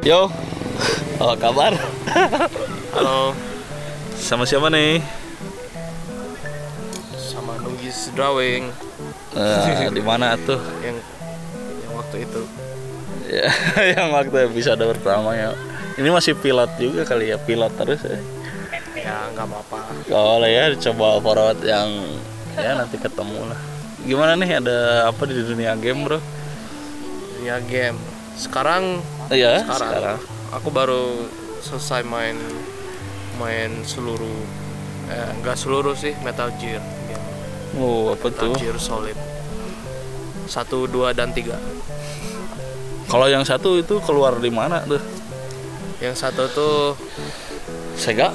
Yo, apa kabar? Halo, Sama siapa nih? sama Nugis Drawing Di mana tuh? yang waktu itu. Ya, yang waktu episode pertama ya. Ini masih pilot juga kali ya, pilot terus ya. Ya nggak apa-apa. Kalau ya coba forward yang ya nanti ketemu lah. Gimana nih, ada apa di dunia game, bro? Dunia game. Sekarang Iya, sekarang. aku baru selesai main seluruh, nggak seluruh sih, Metal Gear game. Oh, apa Metal tuh? Gear Solid 1, 2, dan 3. Kalau yang satu itu keluar di mana tuh? Yang satu tuh Sega?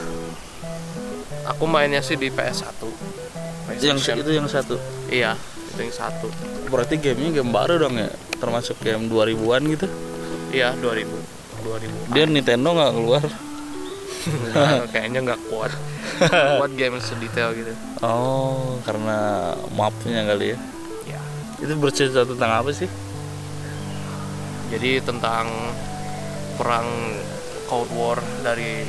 aku mainnya sih di PS1. PlayStation. Itu yang satu. Iya, itu yang satu. Berarti gamenya game baru dong ya? Termasuk game 2000-an gitu? Iya, 2000. Dia Nintendo nggak keluar? Nah, kayaknya nggak kuat game sedetail gitu. Oh, karena mapnya kali ya. Ya, Itu bercerita tentang apa sih? jadi tentang perang Cold War dari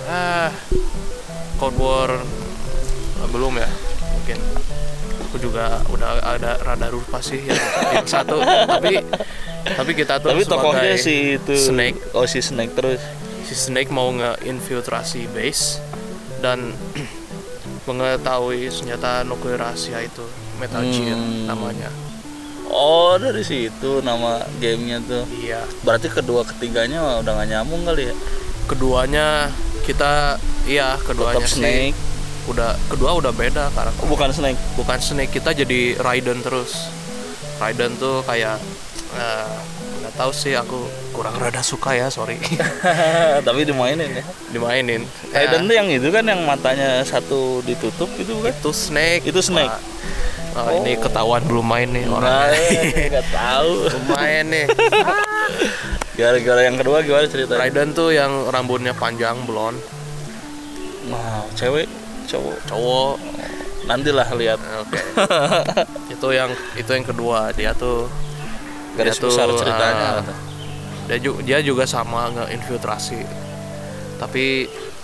Cold War belum ya, mungkin aku juga udah ada rada lupa sih yang satu, tapi kita tuh Tapi tokohnya sebagai si itu Snake. Oh, si Snake terus. Si Snake mau nge-infiltrasi base dan mengetahui senjata nuklir rahasia itu, Metal Gear namanya. Oh, dari situ nama gamenya tuh. Iya, Berarti kedua ketiganya mah udah gak nyambung kali ya? keduanya Tetap sih Snake. kedua udah beda karena Oh, bukan Snake. bukan Snake, kita jadi Raiden terus. Raiden tuh kayak nggak tahu sih, aku kurang rada suka ya, sorry. Tapi dimainin ya. Dimainin. Raiden tuh yang itu kan, yang matanya satu ditutup itu bukan? Itu Snake. Itu Snake. Nah, ini ketahuan belum main nih Nah, orang. nggak tahu. Belum main nih. Gara-gara yang kedua gimana ceritanya? Raiden tuh yang rambutnya panjang blonde, Nah, cewek, cowok. nantilah lihat. Oke. itu yang kedua, dia tuh Garis besar ceritanya. dia juga sama nge-infiltrasi, tapi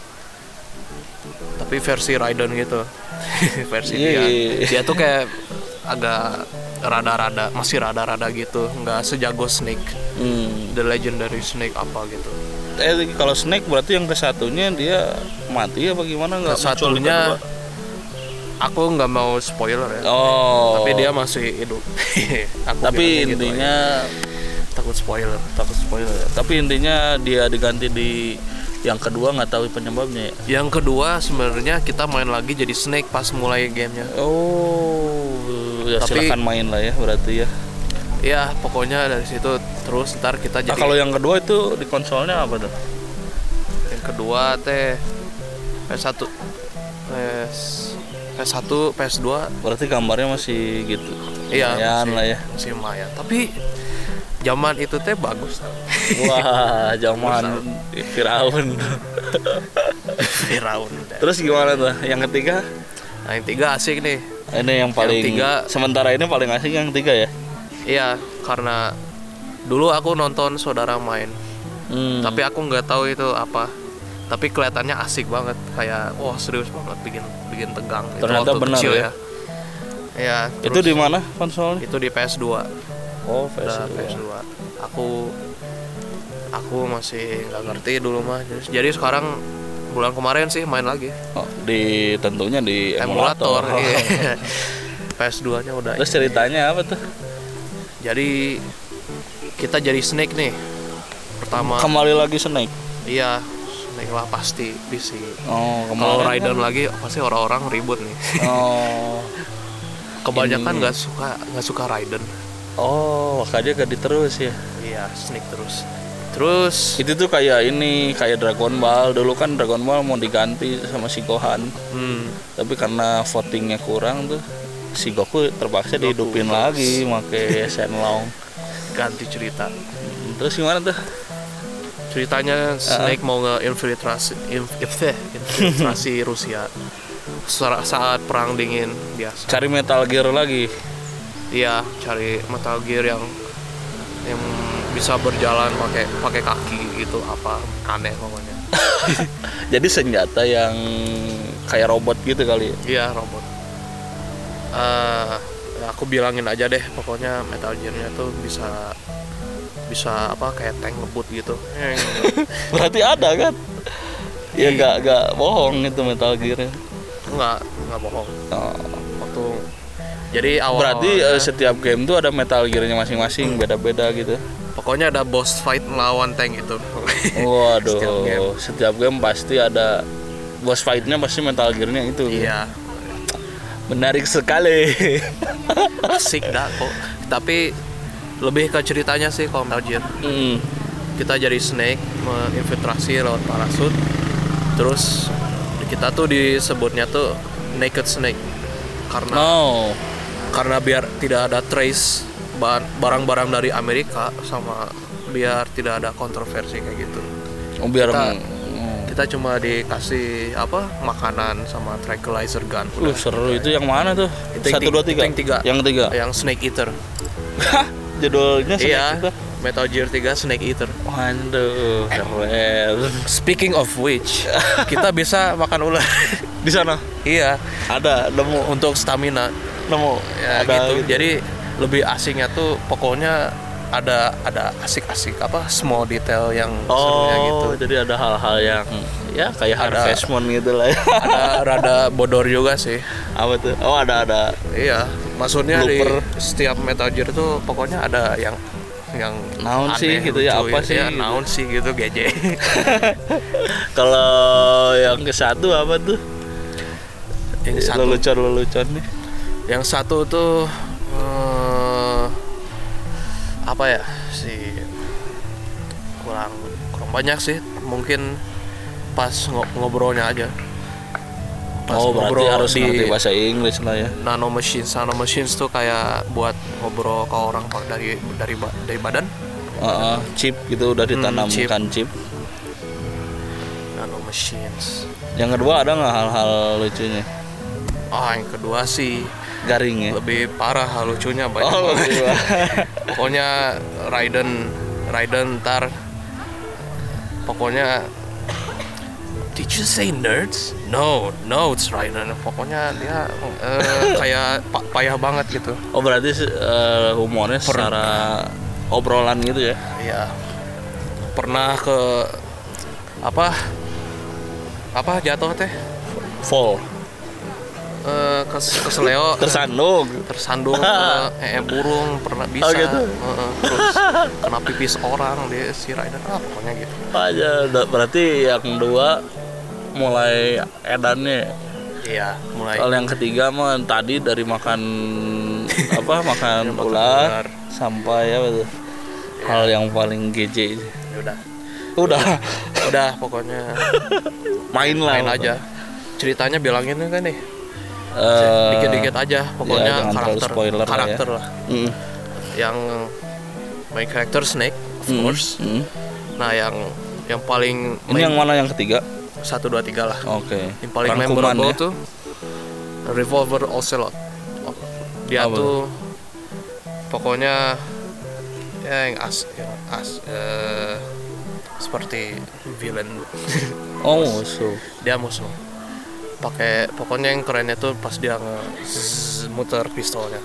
versi Raiden gitu. Versi dia tuh kayak agak masih rada-rada gitu, nggak sejago Snake, The Legendary Snake apa gitu. Kalau Snake berarti yang kesatunya dia mati apa gimana, nggak muncul di Satunya kedua? aku nggak mau spoiler ya. Oh. Tapi dia masih hidup. Tapi intinya takut spoiler. Tapi intinya dia diganti di yang kedua, nggak tahu penyebabnya ya. Yang kedua sebenarnya kita main lagi jadi Snake pas mulai gamenya. Oh, ya Tapi silakan main lah ya berarti ya. Ya pokoknya dari situ terus ntar kita jadi. Kalau yang kedua itu di konsolnya apa tuh? Yang kedua PS1, PS2. Berarti gambarnya masih gitu. Iya, Lumayan lah ya. masih lumayan. Tapi zaman itu bagus. Wah, zaman Firaun. Firaun. Terus gimana tuh? Yang ketiga? Nah, yang 3 asik nih. Ini yang paling sementara ini paling asik yang 3 ya? Iya, karena dulu aku nonton saudara main. Tapi aku nggak tahu itu apa. Tapi kelihatannya asik banget, kayak wah serius banget, bikin tegang. Ternyata itu benar kecil ya. Iya. Itu di mana konsolnya? Itu di PS2. Oh, PS2. Aku masih nggak ngerti dulu mah. Jadi sekarang bulan kemarin sih main lagi. Oh, tentunya di Emulator. emulator. Iya. PS2-nya udah. Terus ceritanya apa tuh? Jadi kita jadi Snake nih. Pertama. Kembali lagi Snake. Iya, Snake lah pasti PC. Oh, Kalau kemarin Raiden kan? lagi pasti orang-orang ribut nih. Oh. Kebanyakan nggak suka Raiden. Oh, makanya ganti terus ya. Iya, Snake terus Itu tuh kayak Dragon Ball. Dulu kan Dragon Ball mau diganti sama si Gohan. Tapi karena votingnya kurang tuh, si Goku terpaksa dihidupin lagi pakai Shenlong. ganti cerita. Terus gimana tuh? Ceritanya Snake mau infiltrasi Rusia saat perang dingin biasa. Cari Metal Gear lagi. Iya, cari Metal Gear yang bisa berjalan pakai kaki gitu, apa aneh pokoknya. Jadi senjata yang kayak robot gitu kali ya? Iya, robot. Aku bilangin aja deh, pokoknya Metal Gear-nya tuh bisa apa kayak tank ngebut gitu. Berarti ada kan? Ya nggak bohong itu Metal Gear-nya. Nggak bohong. Waktu jadi awal berarti setiap game tuh ada Metal Gear-nya masing-masing, beda-beda gitu. Pokoknya ada boss fight melawan tank itu. Waduh, setiap game pasti ada boss fight-nya, pasti Metal Gear-nya itu. Iya. Menarik sekali. Asik dah kok. Tapi lebih ke ceritanya sih kalau Metal Gear. Kita jadi Snake menginfiltrasi lewat parasut. Terus kita tuh disebutnya tuh Naked Snake karena biar tidak ada trace barang-barang dari Amerika, sama biar tidak ada kontroversi kayak gitu. Biar kita cuma dikasih makanan sama tranquilizer gun. Seru. Itu yang mana tuh? 1, 2, 3. Yang ketiga. Yang Snake Eater. Judulnya Snake Eater. Metal Gear 3 Snake Eater. Waduh, keren. Speaking of which, kita bisa makan ular di sana. Iya, ada nemu untuk stamina. Nemu ya, ada gitu. Jadi lebih asiknya tuh pokoknya ada asik-asik small detail yang serunya gitu. Jadi ada hal-hal yang ya kayak Harvest Moon gitu lah ya. Ada rada bodor juga sih. Apa tuh? Ada. Iya, maksudnya Blooper. di setiap Metal Gear tuh pokoknya ada yang naon sih gitu ya, apa sih ya, gitu. naon sih gitu GJ. Kalau yang ke satu apa tuh? Yang satu lelucon nih. Yang satu tuh apa ya sih, kurang banyak sih, mungkin pas ngobrolnya aja. Berarti harus ngerti bahasa Inggris lah ya. Nano machines tuh kayak buat ngobrol ke orang dari badan. Chip gitu, udah ditanamkan chip. Nano machines. Yang kedua ada nggak hal-hal lucunya? Yang kedua sih garing ya. Lebih parah lucunya banyak. Pokoknya Raiden ntar pokoknya, did you say nerds? No, it's Raiden. Pokoknya dia kayak payah banget gitu. Berarti humornya secara obrolan gitu ya? Iya. Pernah ke apa jatuh teh? Fall. Keseleo. Tersandung burung pernah bisa. Gitu. Terus kena pipis orang dia si Raiden. Pokoknya gitu. Aja, berarti yang kedua mulai edannya. Iya, mulai. Kalau yang ketiga mah tadi dari makan makan ular sampai apa tuh? Ya. Hal yang paling GJ. Udah pokoknya main aja. Ceritanya bilangin kan nih. Dikit-dikit aja pokoknya, karakter lah. Yang main karakter Snake of course. Nah, yang paling ini yang mana yang ketiga? 1, 2, 3 lah. Oke. Yang paling memorable ya? Tuh Revolver Ocelot. Dia tuh pokoknya ya yang seperti villain. Musuh. Dia musuh. Pokoknya yang kerennya tuh pas dia muter pistolnya.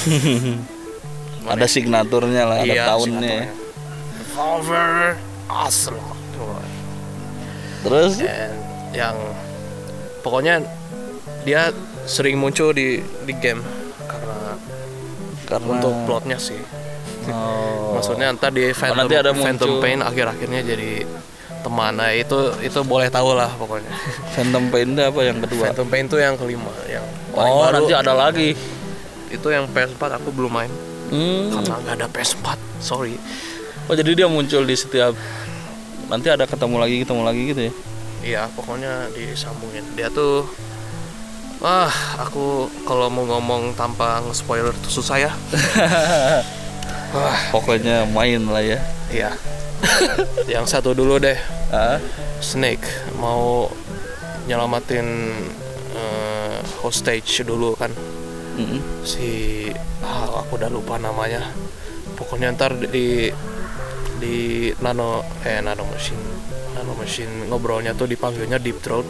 Ada signaturnya lah, ada tahunnya. Revolver Ocelot. Terus yang pokoknya dia sering muncul di game karena untuk plotnya sih. Maksudnya entar di Phantom Pain akhir-akhirnya jadi teman. Nah, itu boleh tahu lah pokoknya. Phantom Pain itu apa yang kedua? Phantom Pain itu yang kelima, yang paling baru. Nanti ada lagi. Itu yang PS4 aku belum main. Karena nggak ada PS4, sorry. Jadi dia muncul di setiap, nanti ada ketemu lagi gitu ya? Iya, pokoknya disambungin. Dia tuh aku kalau mau ngomong tanpa nge-spoiler tuh susah ya. Pokoknya main lah ya. Iya. Yang satu dulu deh. Snake mau nyelamatin hostage dulu kan. Si aku udah lupa namanya. Pokoknya ntar di nano machine ngobrolnya tuh dipanggilnya Deep Throat.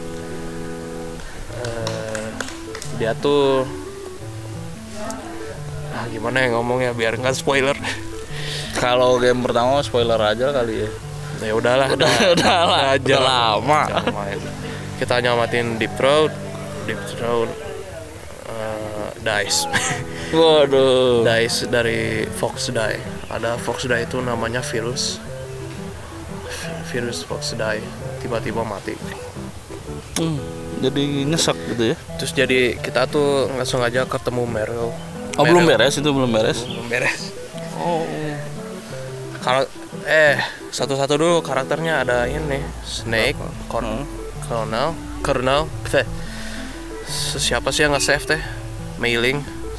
Dia tuh gimana ya ngomongnya biar nggak spoiler. Kalau game pertama spoiler aja kali ya. Ya udahlah, udah lama. Kita nyamatin Deep Throat Dice. Waduh. Dice dari Fox Die. Ada Fox Die itu namanya virus Fox Die, tiba-tiba mati. Jadi nyesek gitu ya. Terus jadi kita tuh nggak sengaja ketemu Meryl. Belum beres itu belum beres. Oh. Kalau satu-satu dulu karakternya ada ini Snake, Colonel. Siapa sih yang nge-save teh? Mailing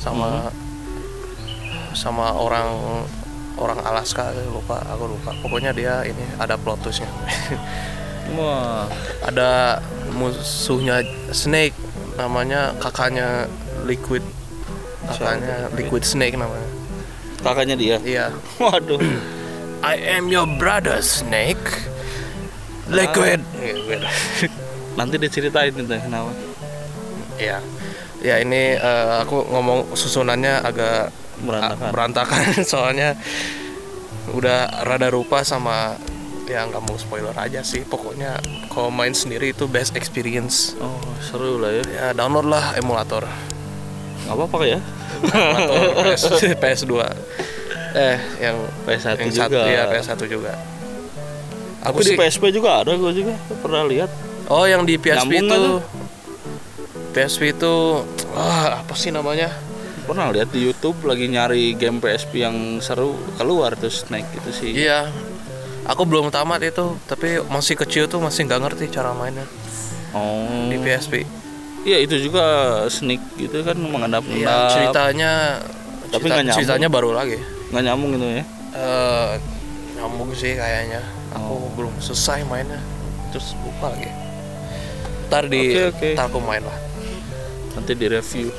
sama orang Alaska, aku lupa. Pokoknya dia ini ada plot twistnya. Wah. Ada musuhnya Snake, namanya kakaknya Liquid. Liquid Snake namanya. Kakaknya dia. Iya. Waduh. I am your brother Snake. Liquid. Nanti diceritain itu kenapa. Iya. Ya ini aku ngomong susunannya agak berantakan soalnya udah rada rupa sama ya nggak mau spoiler aja sih. Pokoknya kalau main sendiri itu best experience. Oh seru lah ya. Ya download lah emulator. Nggak apa-apa ya. Emulator PS2. Yang PS1 yang juga. Iya PS1 juga. Aku di PSP juga ada, gue juga pernah lihat. Oh yang di PSP nyambung itu. PSP itu apa sih namanya? Pernah lihat di YouTube lagi nyari game PSP yang seru, keluar tuh Snake itu sih. Iya. Aku belum tamat itu, tapi masih kecil tuh masih nggak ngerti cara mainnya. Oh. Di PSP. Iya itu juga Snake gitu kan mengendap-endap. Iya, tapi nggak nyambung. Ceritanya baru lagi. Nggak nyambung gitu ya? Nyambung sih kayaknya. Aku belum selesai mainnya, terus lupa lagi. Ntar aku main lah. Nanti di review.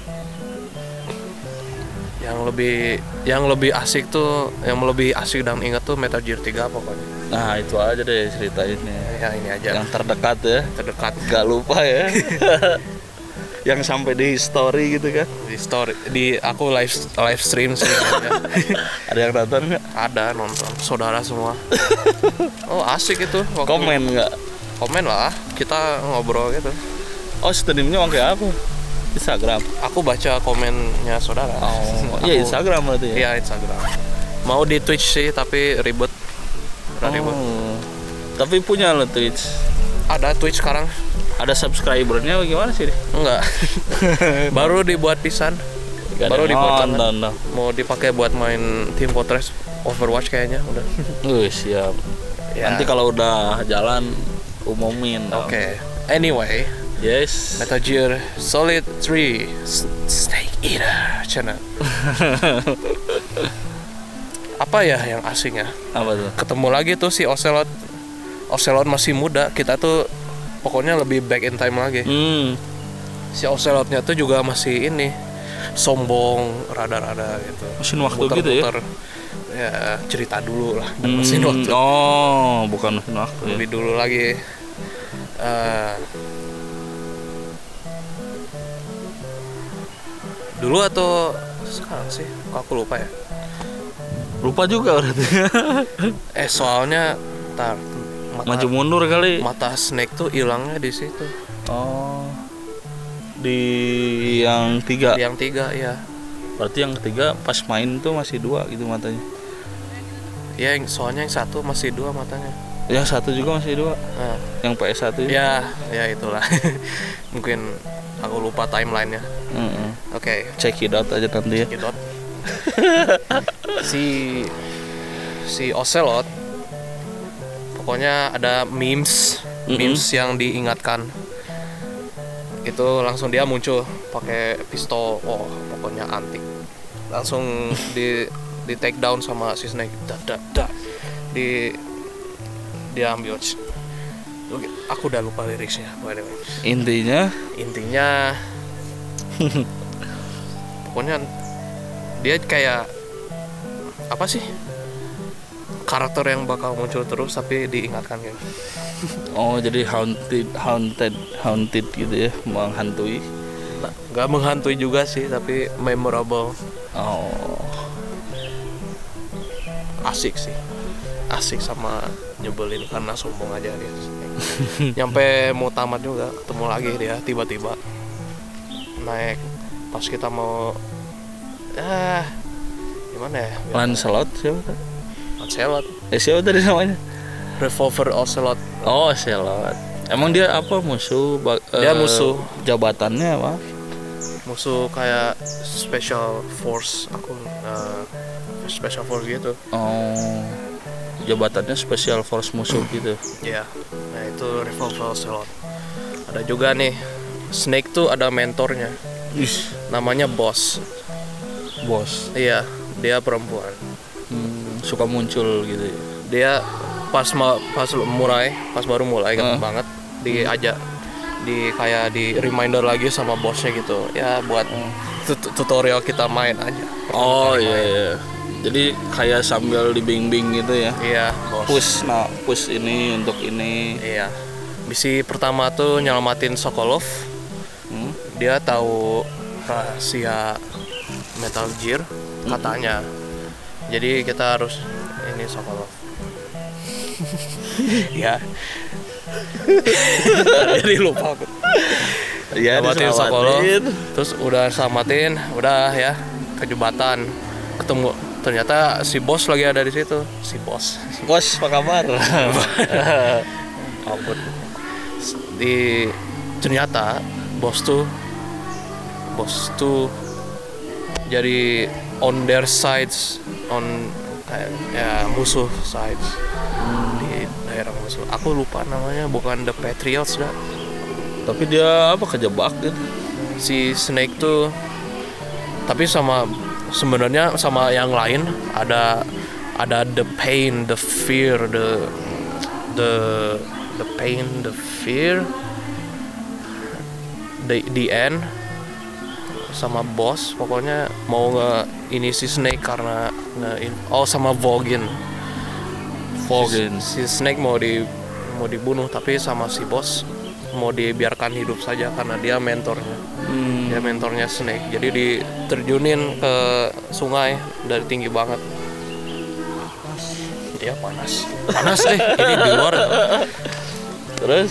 Yang lebih asik tuh, yang lebih asik dan ingat tuh Metal Gear 3 pokoknya. Nah itu aja deh ceritainnya. Ya ini aja. Yang terdekat ya. Gak lupa ya. Yang sampai di story gitu kan. Di aku live stream sih. Ada yang nonton nggak? Ada nonton, saudara semua. Oh asik itu. Komen nggak? Komen lah, kita ngobrol gitu. Oh streamnya pakai apa? Instagram. Aku baca komennya saudara. Oh, iya Instagram berarti ya? Iya Instagram. Mau di Twitch sih tapi ribet. Tapi punya lo Twitch? Ada Twitch sekarang. Ada subscribernya gimana sih? Enggak. Baru dibuat pisan. Baru dibuat banget. Mau dipakai buat main Team Fortress Overwatch kayaknya udah. Siap. Ya. Nanti kalau udah jalan umumin. Oke. Anyway. Yes. Metal Gear Solid 3 Snake Eater channel. Apa ya yang asingnya? Apa tuh? Ketemu lagi tuh si Ocelot. Ocelot masih muda. Kita tuh pokoknya lebih back in time lagi. Si Ocelotnya tuh juga masih ini sombong, rada-rada gitu. Mesin waktu gitu ya? Ya cerita dulu lah. Mesin waktu. Oh, bukan mesin waktu. Lebih dulu lagi. Dulu atau sekarang sih? Aku lupa ya. Lupa juga berarti. Soalnya maju mundur kali. Mata Snake tuh hilangnya di situ. Oh. Di yang 3. Yang 3 ya. Berarti yang ketiga pas main tuh masih 2 gitu matanya. Ya, soalnya yang satu masih 2 matanya. Yang satu juga masih 2. Yang PS1 ya itulah. Mungkin aku lupa timelinenya. Oke. Check it out aja nanti ya. Si Ocelot pokoknya ada memes yang diingatkan. Itu langsung dia muncul pakai pistol. Oh, pokoknya antik. Langsung di take down sama si Snake. Dia ambil. Aku udah lupa liriknya. Intinya pokoknya dia kayak apa sih? karakter yang bakal muncul terus tapi diingatkan gitu. Oh, jadi haunted gitu ya, menghantui. Nah, nggak menghantui juga sih, tapi memorable. Oh, Asik sih, asik sama nyebelin karena sombong aja dia. Nyampe mau tamat juga ketemu lagi dia tiba-tiba naik pas kita mau gimana ya? Lancelot siapa? Lancelot. Siapa tadi namanya? Revolver Ocelot. Oh, Ocelot. Emang dia apa musuh? Dia musuh. Jabatannya apa? Musuh kayak special force special force gitu. Oh, jabatannya special force musuh gitu. Iya. Nah itu Revolver Ocelot. Ada juga nih Snake tuh ada mentornya. Namanya Boss. Iya, dia perempuan. Suka muncul gitu ya. Dia pas baru mulai kan banget diajak kayak di reminder lagi sama bosnya gitu. Ya buat tutorial kita main aja. Oh iya. Jadi kayak sambil dibimbing gitu ya. Iya, bos. Push ini untuk ini. Iya. Misi pertama tuh nyelamatin Sokolov. Dia tahu rahasia Metal Gear katanya. Jadi kita harus ini Sokolov. Ya. Jadi lupa aku. Ya, selamatin Sokolov. Terus udah selamatin, udah ya ke jembatan. Ketemu ternyata si bos lagi ada di situ. Bos, apa kabar? Ampun. Ternyata bos tuh jadi on their sides, kayak ya musuh sides di daerah musuh. Aku lupa namanya, bukan The Patriots dah. Tapi dia apa kejebak gitu? Si Snake tuh, tapi sebenarnya sama yang lain ada the pain, the fear, the pain, the fear, the end sama bos. Pokoknya mau ini si Snake karena sama Vogin. Si Snake mau dibunuh, tapi sama si bos mau dibiarkan hidup saja karena dia mentornya. Dia mentornya Snake. Jadi diterjunin ke sungai dari tinggi banget. Dia panas ini di luar. Terus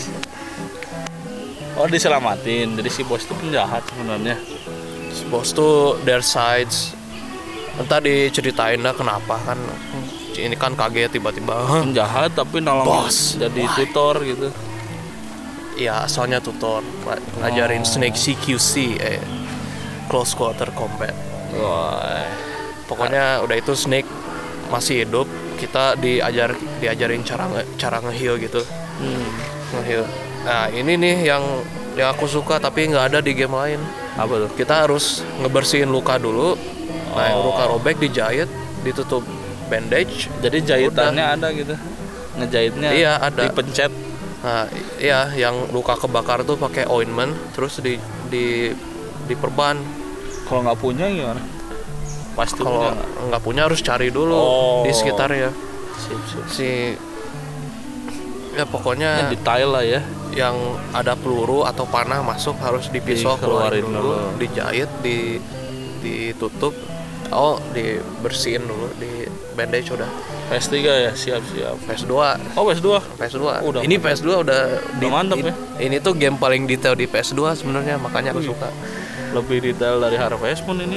diselamatin. Jadi si bos itu penjahat sebenarnya. Si bos tuh their sides. Entar diceritain dah kenapa kan. Ini kan kaget tiba-tiba penjahat tapi nolong jadi tutor gitu. Ya asalnya tutor ngajarin Snake CQC close quarter combat. Pokoknya udah itu Snake masih hidup, kita diajarin cara nge-heal gitu. Nge-heal. Nah ini nih yang aku suka tapi nggak ada di game lain. Apa tuh? Kita harus ngebersihin luka dulu. Nah yang luka robek dijahit, ditutup bandage. Jadi jahitannya ada gitu, ngejahitnya. Iya ada. Dipencet. Nah, iya yang luka kebakar tuh pakai ointment terus diperban. Kalau nggak punya gimana? Pasti kalau nggak punya harus cari dulu di sekitar ya. Sip. Ya pokoknya detail lah ya. Yang ada peluru atau panah masuk harus dipisah, keluarin dulu, dijahit, ditutup. Dibersihin dulu, di bandage udah. PS3 ya, siap. PS2. PS2. Ini PS2 udah mantap ya. Ini tuh game paling detail di PS2 sebenarnya, makanya aku suka. Lebih detail dari Harvest Moon ini.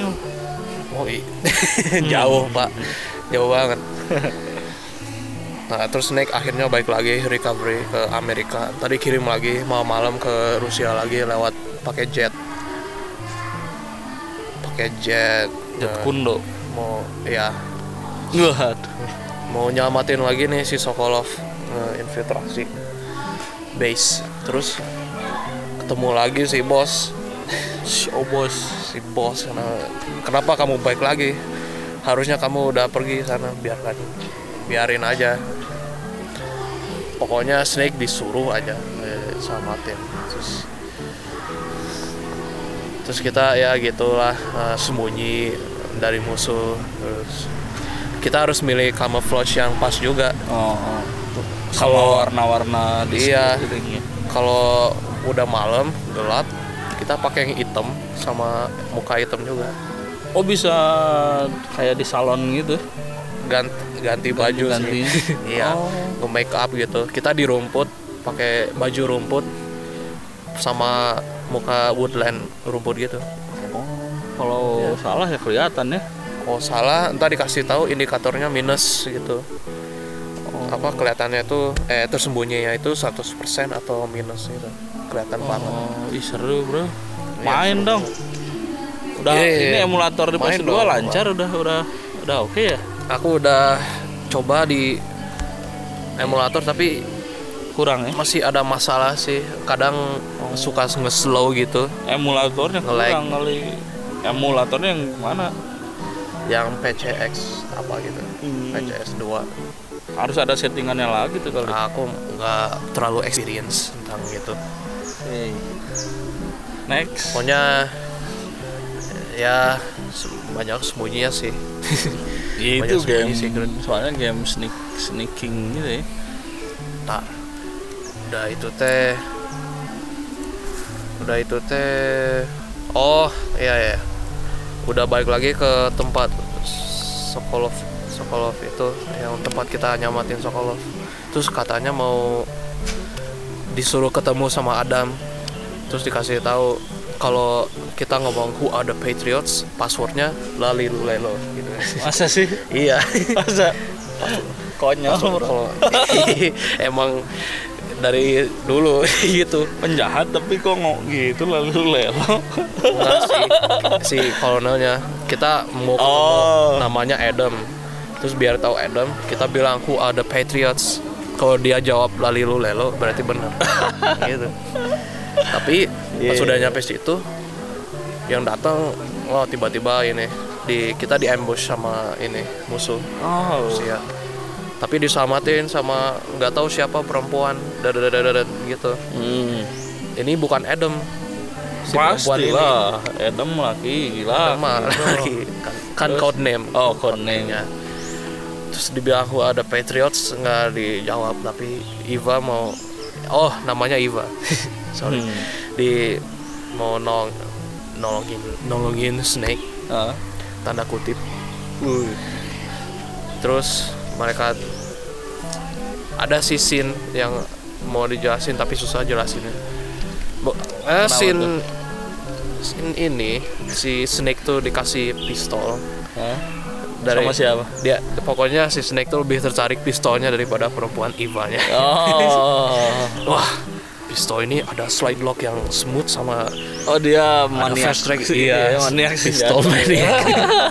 Jauh, Pak. Jauh banget. Nah, terus Snake akhirnya balik lagi recovery ke Amerika. Tadi kirim lagi malam-malam ke Rusia lagi lewat pakai jet. Jet Kundo. Mau nyelamatin lagi nih si Sokolov, infiltrasi base. Terus ketemu lagi si bos. Si bos kenapa kamu balik lagi? Harusnya kamu udah pergi sana, biarin aja. Pokoknya Snake disuruh aja selamatin. Terus kita ya gitulah, sembunyi dari musuh. Terus kita harus milih camouflage yang pas juga. Kalau warna-warna di sekelilingnya. Kalau udah malam gelap, kita pakai yang hitam sama muka hitam juga. Oh, bisa kayak di salon gitu. Ganti baju sih. Iya, nge-make up gitu. Kita di rumput pakai baju rumput sama muka woodland rumput gitu. Kalau salah ya kelihatan ya. Kalau salah entar dikasih tahu indikatornya minus gitu. Apa kelihatannya tuh tersembunyinya itu 100% atau minus gitu. Kelihatan banget. Seru, Bro. Main dong. Udah ini emulator di PS2 lancar udah oke ya. Aku udah coba di emulator tapi kurang ya. Masih ada masalah sih. Kadang suka nge-slow gitu. Emulatornya kurang kali. Emulatornya yang mana? Yang PCX apa gitu. PCX 2. Harus ada settingannya lagi tuh kali. Aku nggak terlalu experience tentang gitu. Next. Pokoknya ya banyak sembunyinya sih. Ya itu game sih, soalnya game sneaking gitu ya. Tak. Udah itu teh. Oh iya. Udah balik lagi ke tempat Sokolov itu yang tempat kita nyamatin Sokolov. Terus katanya mau disuruh ketemu sama Adam. Terus dikasih tahu kalau kita ngomong who are the patriots, passwordnya Lali Lulelo gitu. Masa sih? Iya. Masa? Konyol. Kalau emang dari dulu gitu penjahat tapi kok gitu lalu Lelo. Enggak sih, si kolonelnya kita mau ketemu namanya Adam. Terus biar tahu Adam, kita bilang who are the patriots. Kalau dia jawab Lalilu Lelo berarti benar. Gitu. Tapi pas sudah nyampe situ, yang datang tiba-tiba ini kita di ambush sama ini musuh. Rusia. Tapi diselamatin sama nggak tahu siapa perempuan gitu. Ini bukan Adam. Si pastilah Adam laki gila. Laki kan code name. Code name. Ya. Terus dibilang aku ada Patriots, nggak dijawab. Tapi Eva mau namanya Eva. Sorry. Mau nolongin Snake. Tanda kutip. Terus mereka ada scene yang mau dijelasin tapi susah jelasinnya. Scene ini si Snake tuh dikasih pistol. Dari sama siapa? Dia pokoknya si Snake tuh lebih tertarik pistolnya daripada perempuan Eva-nya. Wah, pistol ini ada slide lock yang smooth sama dia maniak. Iya, maniak pistol maniak.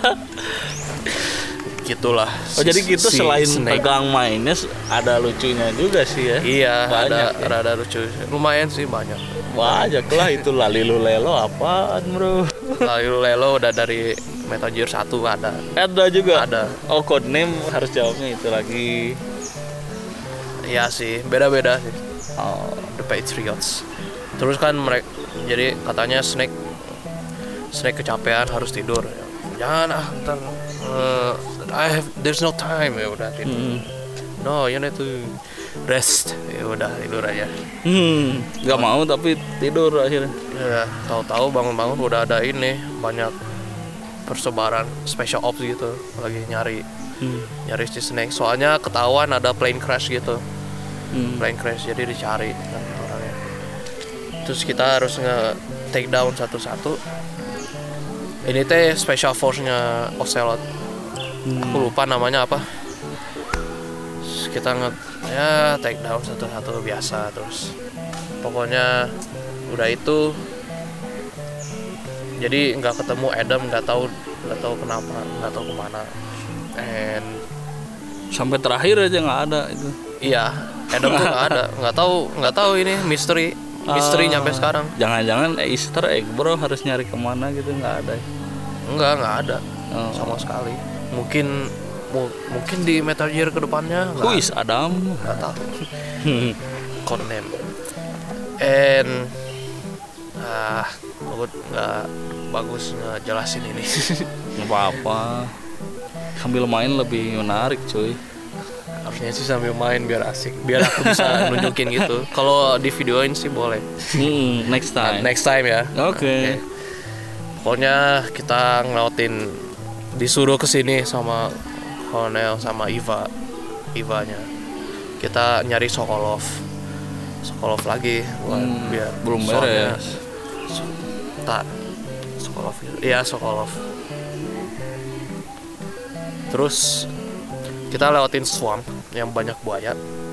Gitulah. Jadi gitu selain Snake. Pegang mainnya ada lucunya juga sih ya. Iya, ada lucu. Lumayan sih banyak lah itu Lalilu Lelo apaan, Bro? Lalilu Lelo udah dari Metal Gear 1 ada. Ada juga. Ada. Code name harus jawabnya itu lagi. Iya sih, beda-beda sih. The Patriots. Terus kan mereka jadi katanya Snake kecapean harus tidur. Jangan ntar there's no time ya udah tidur. No, you need to rest. Ya udah tidur aja. Gak mau tapi tidur akhirnya. Ya, tahu-tahu bangun-bangun udah ada ini banyak persebaran special ops gitu lagi nyari si Snake. Soalnya ketahuan ada plane crash gitu. Plane crash jadi dicari kan orangnya. Terus kita harus take down satu-satu. Ini teh special force-nya Ocelot. Aku lupa namanya apa. Terus kita take down satu-satu biasa. Terus pokoknya udah itu. Jadi nggak ketemu Adam, nggak tahu kenapa, nggak tahu kemana. And sampai terakhir aja nggak ada itu. Iya, Adam tuh nggak ada, nggak tahu ini misteri nyampe sekarang. Jangan-jangan Easter egg, Bro, harus nyari kemana gitu, nggak ada. Nggak ada sama sekali. Mungkin di Metal Gear kedepannya. Who is Adam? Nggak tahu. Code name. And aku nggak bagus ngejelasin ini. Nggak apa-apa. Sambil main lebih menarik cuy. Harusnya sih sambil main biar asik, biar aku bisa nunjukin gitu. Kalau di videoin sih boleh. Next time. Next time ya. Oke. Pokoknya kita ngelautin, disuruh kesini sama Kolonel sama Ivanya. Kita nyari Sokolov lagi buat biar belum beres. Sokolov. Iya, Sokolov. Terus kita lewatin swamp yang banyak buaya.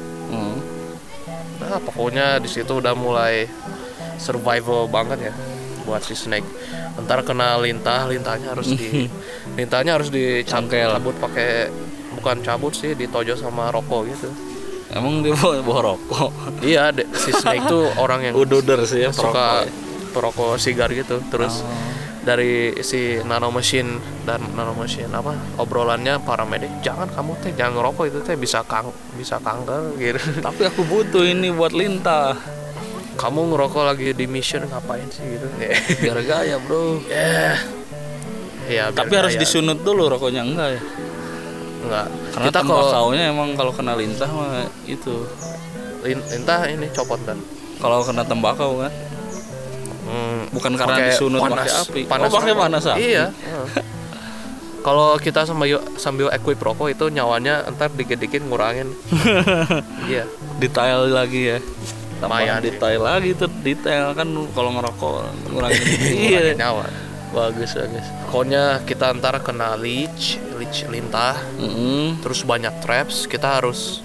Nah, pokoknya di situ udah mulai survival banget ya buat si Snake. Ntar kena lintahnya harus dicabut pakai, bukan cabut sih, ditojo sama rokok gitu. Emang dia bawa rokok? Iya, si Snake tuh orang yang udoder sih ya, suka perokok sigar gitu. Terus dari si nanomachine apa obrolannya paramedik, jangan ngerokok, itu teh bisa kanker gitu. Tapi aku butuh ini buat lintah. Kamu ngerokok lagi di mission ngapain sih gitu? Biar gaya bro. Ya, tapi harus disunut dulu rokoknya, enggak ya? Enggak. Karena tembakaunya emang kalau kena lintah mah itu. Lintah ini copot kan? Kalau kena tembakau kan? Bukan karena disunut pakai api. Pakai panas api. Iya. Kalau kita sambil equip rokok itu nyawanya entar dikit-dikit ngurangin. Iya. Detail lagi ya. Lumayan detail sih. Lagi tuh detail kan kalau ngerokok ngurangin iya nyawa. Bagus. Pokoknya kita antar kena leech lintah. Terus banyak traps. Kita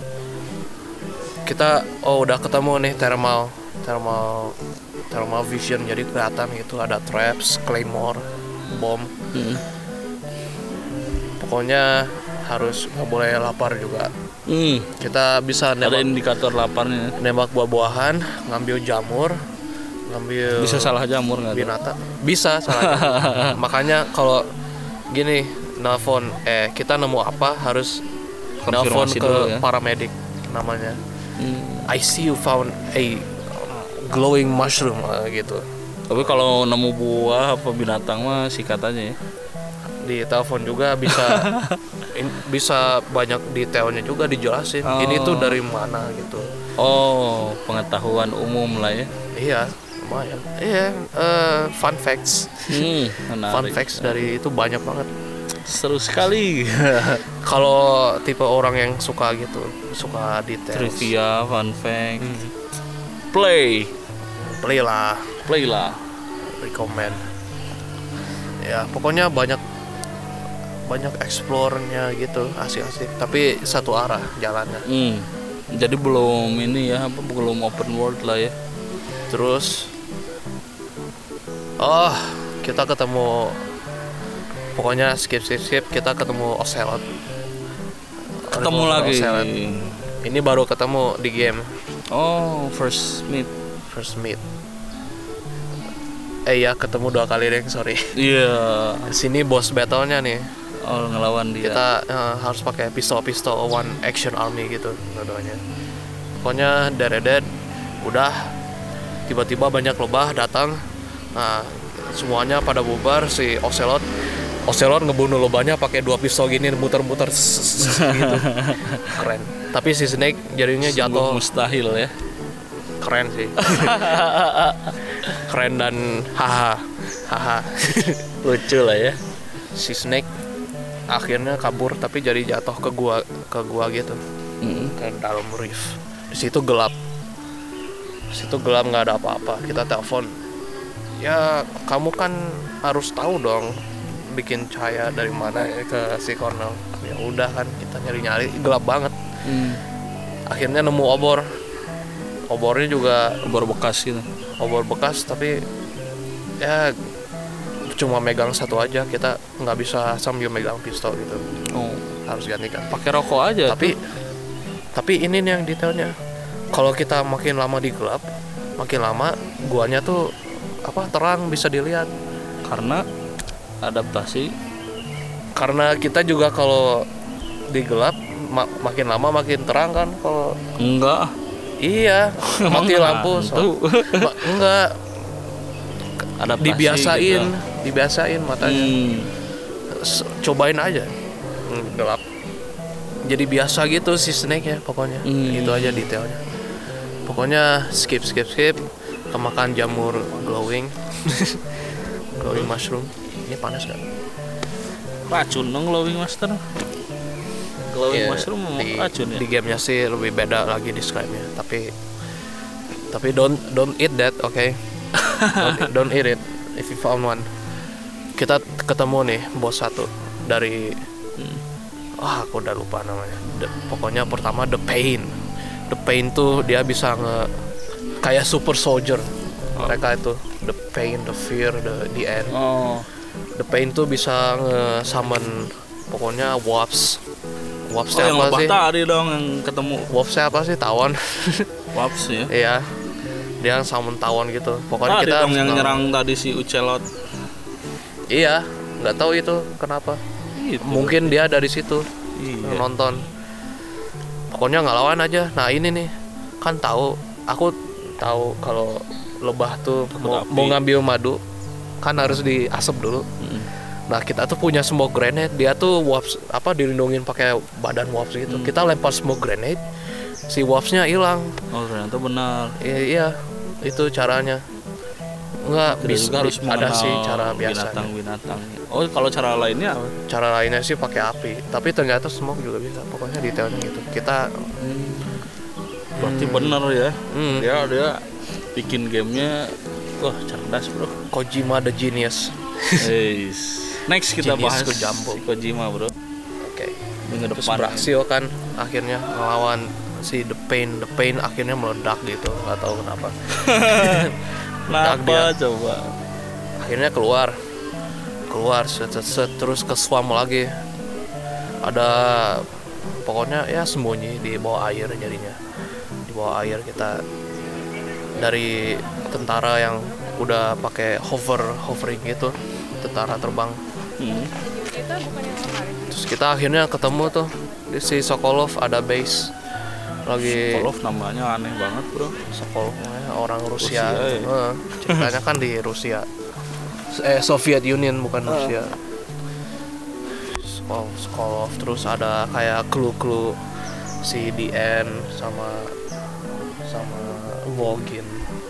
udah ketemu nih thermal vision, jadi kelihatan gitu ada traps, claymore, bom. Pokoknya harus nggak boleh lapar juga. Kita bisa ada indikator laparnya. Nembak buah-buahan, ngambil jamur, bisa salah jamur nggak? Binatang bisa salah jamur. Makanya kalau gini kita nemu apa harus nelfon ke paramedik namanya. I see you found a glowing mushroom gitu. Tapi kalau nemu buah apa binatang mah sikat aja ya. Di telepon juga bisa banyak detailnya juga dijelasin. Ini tuh dari mana gitu. Pengetahuan umum lah ya. Iya, lumayan. Iya, fun facts. Fun facts dari itu banyak banget. Seru sekali. Kalau tipe orang yang suka gitu, suka detail. Trivia, fun fact. Play lah. Recommend. Ya, pokoknya banyak explore-nya gitu, asik-asik. Tapi satu arah jalannya. Jadi belum belum open world lah ya. Terus kita ketemu, pokoknya skip kita ketemu Ocelot. Ketemu lagi. Ocelot. Ini baru ketemu di game. First meet. Ya ketemu 2 kali deh, sorry. Iya. Di sini boss battle-nya nih. Ngelawan dia. Kita harus pakai pistol one action army gitu dua-duanya. Pokoknya deredet udah tiba-tiba banyak lebah datang. Nah, semuanya pada bubar. Si Ocelot ngebunuh lebahnya pakai 2 pistol gini, muter-muter gitu. Keren. Tapi si Snake jadinya jatuh. Mustahil ya. Keren sih. Keren dan haha. Lucu lah ya. Si Snake akhirnya kabur tapi jadi jatuh ke gua gitu. Ke dalam reef. Di situ gelap nggak ada apa-apa. Kita telepon, ya kamu kan harus tahu dong bikin cahaya dari mana ya, ke si Cornell. Ya udah kan, kita nyari gelap banget. Akhirnya nemu obornya juga obor bekas tapi ya cuma megang satu aja, kita nggak bisa sambil megang pistol gitu. Harus gantikan pakai rokok aja. Tapi ini nih yang detailnya, kalau kita makin lama di gelap, makin lama guanya tuh terang, bisa dilihat karena adaptasi. Karena kita juga kalau di gelap makin lama makin terang kan. Kalau enggak, iya, mati lampu enggak. Adaptasi dibiasain matanya. Cobain aja. Gelap. Jadi biasa gitu si snake ya pokoknya. Itu aja detailnya. Pokoknya skip. Kemakan jamur glowing. Glowing mushroom. Ini panas gak? Racun dong glowing master. Glowing mushroom racun ya. Di gamenya sih lebih beda lagi describe-nya. Tapi don't eat that, okay? don't eat it if you found one. Kita ketemu nih bos satu dari aku udah lupa namanya. Pokoknya pertama The Pain tuh dia bisa kayak super soldier. Mereka itu the pain, the fear, the end. The Pain tuh bisa nge-summon pokoknya Wasps. Wasps yang apa sih? tadi dong yang ketemu. Wasps apa sih? Tawon. Wasps ya. Iya. Dia summon tawon gitu. Pokoknya kita dong yang nyerang tadi si Ucelot. Iya, nggak tahu itu kenapa. Gitu. Mungkin dia dari situ nonton. Pokoknya nggak lawan aja. Nah ini nih kan aku tahu kalau lebah tuh mau ngambil madu kan harus diasap dulu. Nah kita tuh punya smoke grenade. Dia tuh wasps dilindungin pakai badan wasps gitu. Kita lempar smoke grenade, si waspsnya hilang. Oh ternyata benar. Iya itu caranya. Enggak bisa harus ada sih cara biasa. Binatang. Oh kalau cara lainnya? Cara lainnya sih pakai api. Tapi ternyata smoke juga bisa. Pokoknya detailnya gitu. Kita berarti benar ya. Dia bikin gamenya cerdas bro. Kojima the genius. Next kita bahas si Kojima bro. Oke. Terus berhasil kan akhirnya ngelawan si The Pain akhirnya meledak gitu. Gak tahu kenapa. Kenapa coba? Akhirnya keluar set terus ke swamp lagi. Ada pokoknya ya sembunyi di bawah air jadinya. Di bawah air kita dari tentara yang udah pakai hovering gitu, tentara terbang. Terus kita akhirnya ketemu tuh di si Sokolov ada base lagi. Sokolov namanya aneh banget bro. Sokolov orang Rusia ya. Ceritanya kan di Rusia. Soviet Union bukan Rusia. Sokolov terus ada kayak clue si DN sama Volgin.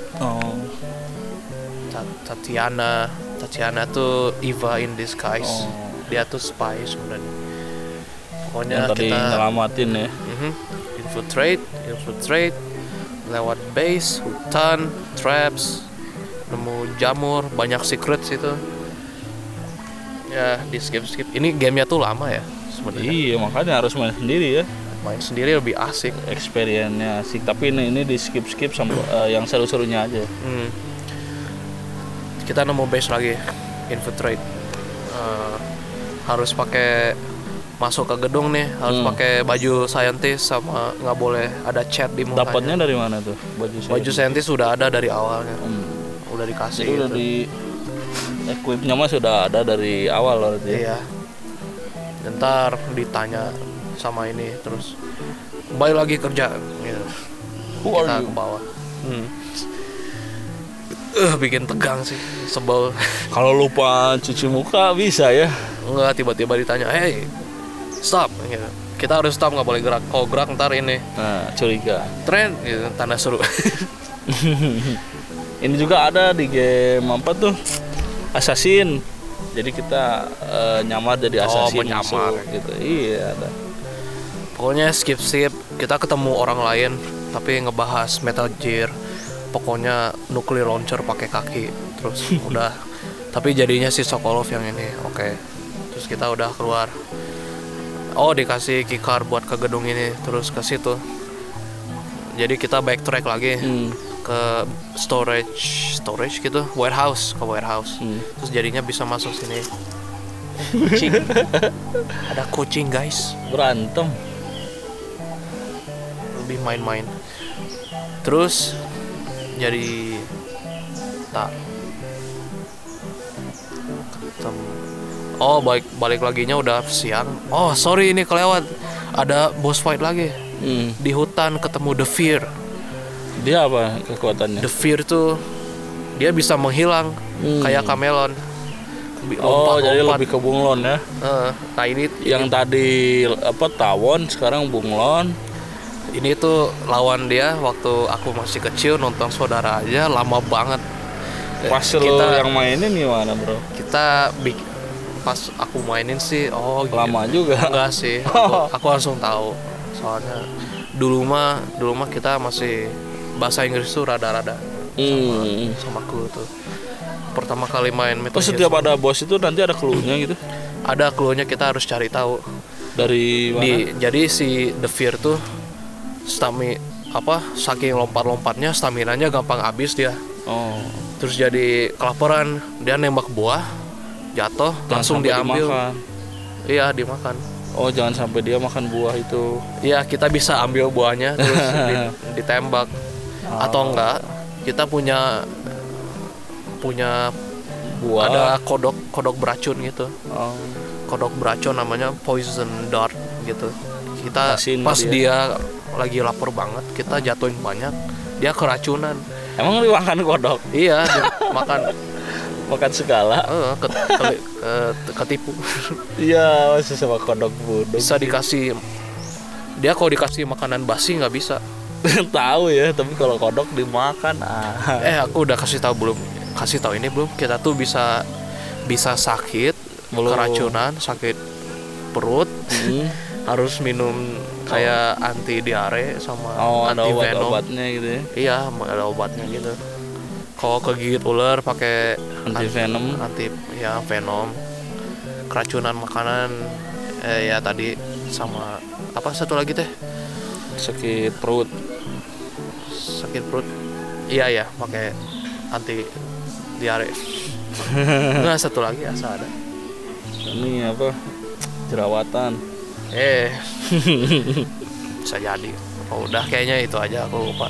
Tatiana tuh Eva in disguise. Dia tuh spy sebenarnya. Pokoknya yang tadi kita nyelamatin ya. Infiltrate lewat base, hutan, traps, nemu jamur, banyak secrets itu. Ya di skip. Ini gamenya tuh lama ya sebenarnya. Iya makanya harus main sendiri ya. Main sendiri lebih asik. Experience-nya asik. Tapi ini di skip sampai yang seru-serunya aja. Kita nemu base lagi, infiltrate. Harus pakai masuk ke gedung nih, harus pakai baju scientist sama nggak boleh ada cat di mukanya. Dapatnya dari mana tuh baju scientist sudah ada dari awalnya. Udah dikasih. Jadi gitu. udah di equipnya mah sudah ada dari awal loh. Iya. Ntar ditanya sama ini terus kembali lagi kerja gitu. Kita ke bawah. Bikin tegang sih, sebel. Kalau lupa cuci muka bisa ya? Enggak, tiba-tiba ditanya, hey, stop gitu. Kita harus stop, nggak boleh gerak. Kalau gerak ntar ini curiga. Tren gitu, tanda seru. Ini juga ada di game apa tuh? Assassin. Jadi kita nyamar jadi assassin gitu. Iya ada. Pokoknya skip. Kita ketemu orang lain tapi ngebahas Metal Gear. Pokoknya nuclear launcher pakai kaki. Terus udah. Tapi jadinya si Sokolov yang ini. Oke. Terus kita udah keluar. Dikasih keycard buat ke gedung ini, terus ke situ. Jadi kita backtrack lagi ke storage gitu, warehouse. Terus jadinya bisa masuk sini. Kucing. Ada kucing guys. Berantem. Lebih main-main. Terus jadi balik laginya udah siang. Sorry ini kelewat. Ada boss fight lagi. Di hutan ketemu The Fear. Dia apa kekuatannya? The Fear tuh dia bisa menghilang kayak Kamelon. jadi lebih ke bunglon ya. Nah ini yang tadi tawon, sekarang bunglon. Ini tuh lawan dia waktu aku masih kecil, nonton saudara aja lama banget. Pas lo yang mainin gimana bro? Pas aku mainin sih, lama juga. Enggak sih, aku langsung tahu. Soalnya dulu mah kita masih bahasa Inggris tuh rada-rada sama clue tuh. Pertama kali main Metal Gear setiap ada bos itu nanti ada clue-nya gitu? Ada clue-nya, kita harus cari tahu. Dari mana? Jadi si The Fear tuh saking lompat-lompatnya staminanya gampang habis dia. Terus jadi kelaparan, dia nembak buah, jatuh, langsung diambil. Dimakan. Iya, dimakan. Jangan sampai dia makan buah itu. Iya, kita bisa ambil buahnya terus ditembak. Atau enggak, kita punya buah. Ada kodok beracun gitu. Kodok beracun namanya poison dart gitu. Kita pas dia lagi lapar banget, kita jatuhin banyak, dia keracunan. Emang dimakan kodok? Iya, makan segala. Ketipu. Iya, masih sama kodok bodoh. Bisa dikasih. Dia kalau dikasih makanan basi nggak bisa. Tahu ya, tapi kalau kodok dimakan. Aku udah kasih tahu ini belum? Kita tuh bisa sakit, keracunan, sakit perut. Harus minum kayak anti diare sama anti venom. Obatnya gitu ya? Iya, ada obatnya gitu. Kalau kegigit ular pakai anti venom. Venom. Keracunan makanan tadi sama apa satu lagi teh? Sakit perut. Iya, pakai anti diare. Nah, satu lagi asal ada. Ini apa? Jerawatan. Bisa jadi. Udah kayaknya itu aja, aku lupa.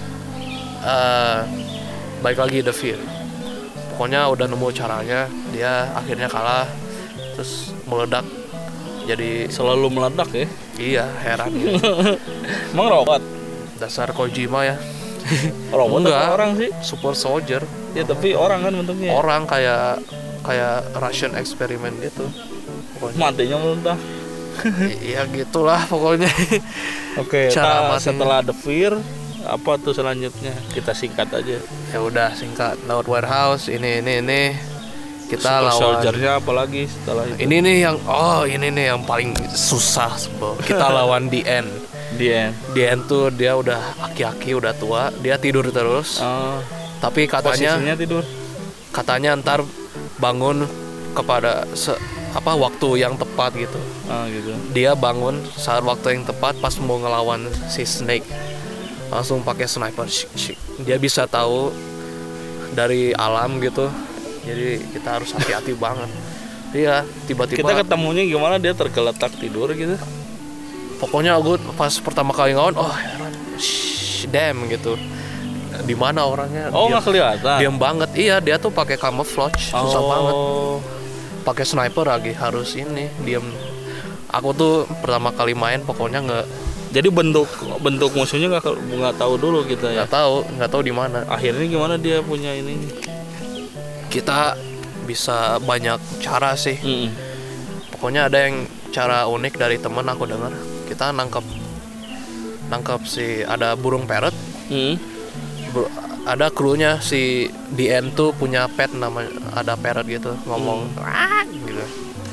Baik lagi The Fear. Pokoknya udah nemu caranya, dia akhirnya kalah, terus meledak. Jadi selalu meledak ya? Iya, heran ya. Emang robot? Dasar Kojima ya. Robot atau orang sih? Super soldier. Ya tapi orang kan bentuknya. Orang kayak Russian experiment gitu. Pokoknya. Matinya meledak. Iya gitulah pokoknya. Oke, setelah The Fear apa tuh selanjutnya? Kita singkat aja. Ya udah singkat. Lewat warehouse ini. Kita Super lawan Soldier-nya apalagi setelah itu? Ini nih yang paling susah bro. Kita lawan The End. The End tuh dia udah aki-aki, udah tua, dia tidur terus. Tapi katanya posisinya tidur. Katanya ntar bangun kepada waktu yang tepat gitu. Gitu. Dia bangun saat waktu yang tepat pas mau ngelawan si Snake. Langsung pakai sniper. Dia bisa tahu dari alam gitu. Jadi kita harus hati-hati banget. Iya, tiba-tiba kita ketemunya gimana, dia tergeletak tidur gitu. Pokoknya aku pas pertama kali ngelawan, heran. Damn gitu. Di mana orangnya? Nggak kelihatan. Diam banget. Iya, dia tuh pakai camouflage, susah banget. Pakai sniper lagi, harus ini diam. Aku tuh pertama kali main pokoknya nggak. Jadi bentuk musuhnya nggak tahu dulu kita ya. Nggak tahu di mana. Akhirnya gimana dia punya ini? Kita bisa banyak cara sih. Pokoknya ada yang cara unik dari temen aku dengar. Kita nangkap ada burung parrot. Ada krunya si The End tuh punya pet namanya, ada parrot gitu ngomong gitu.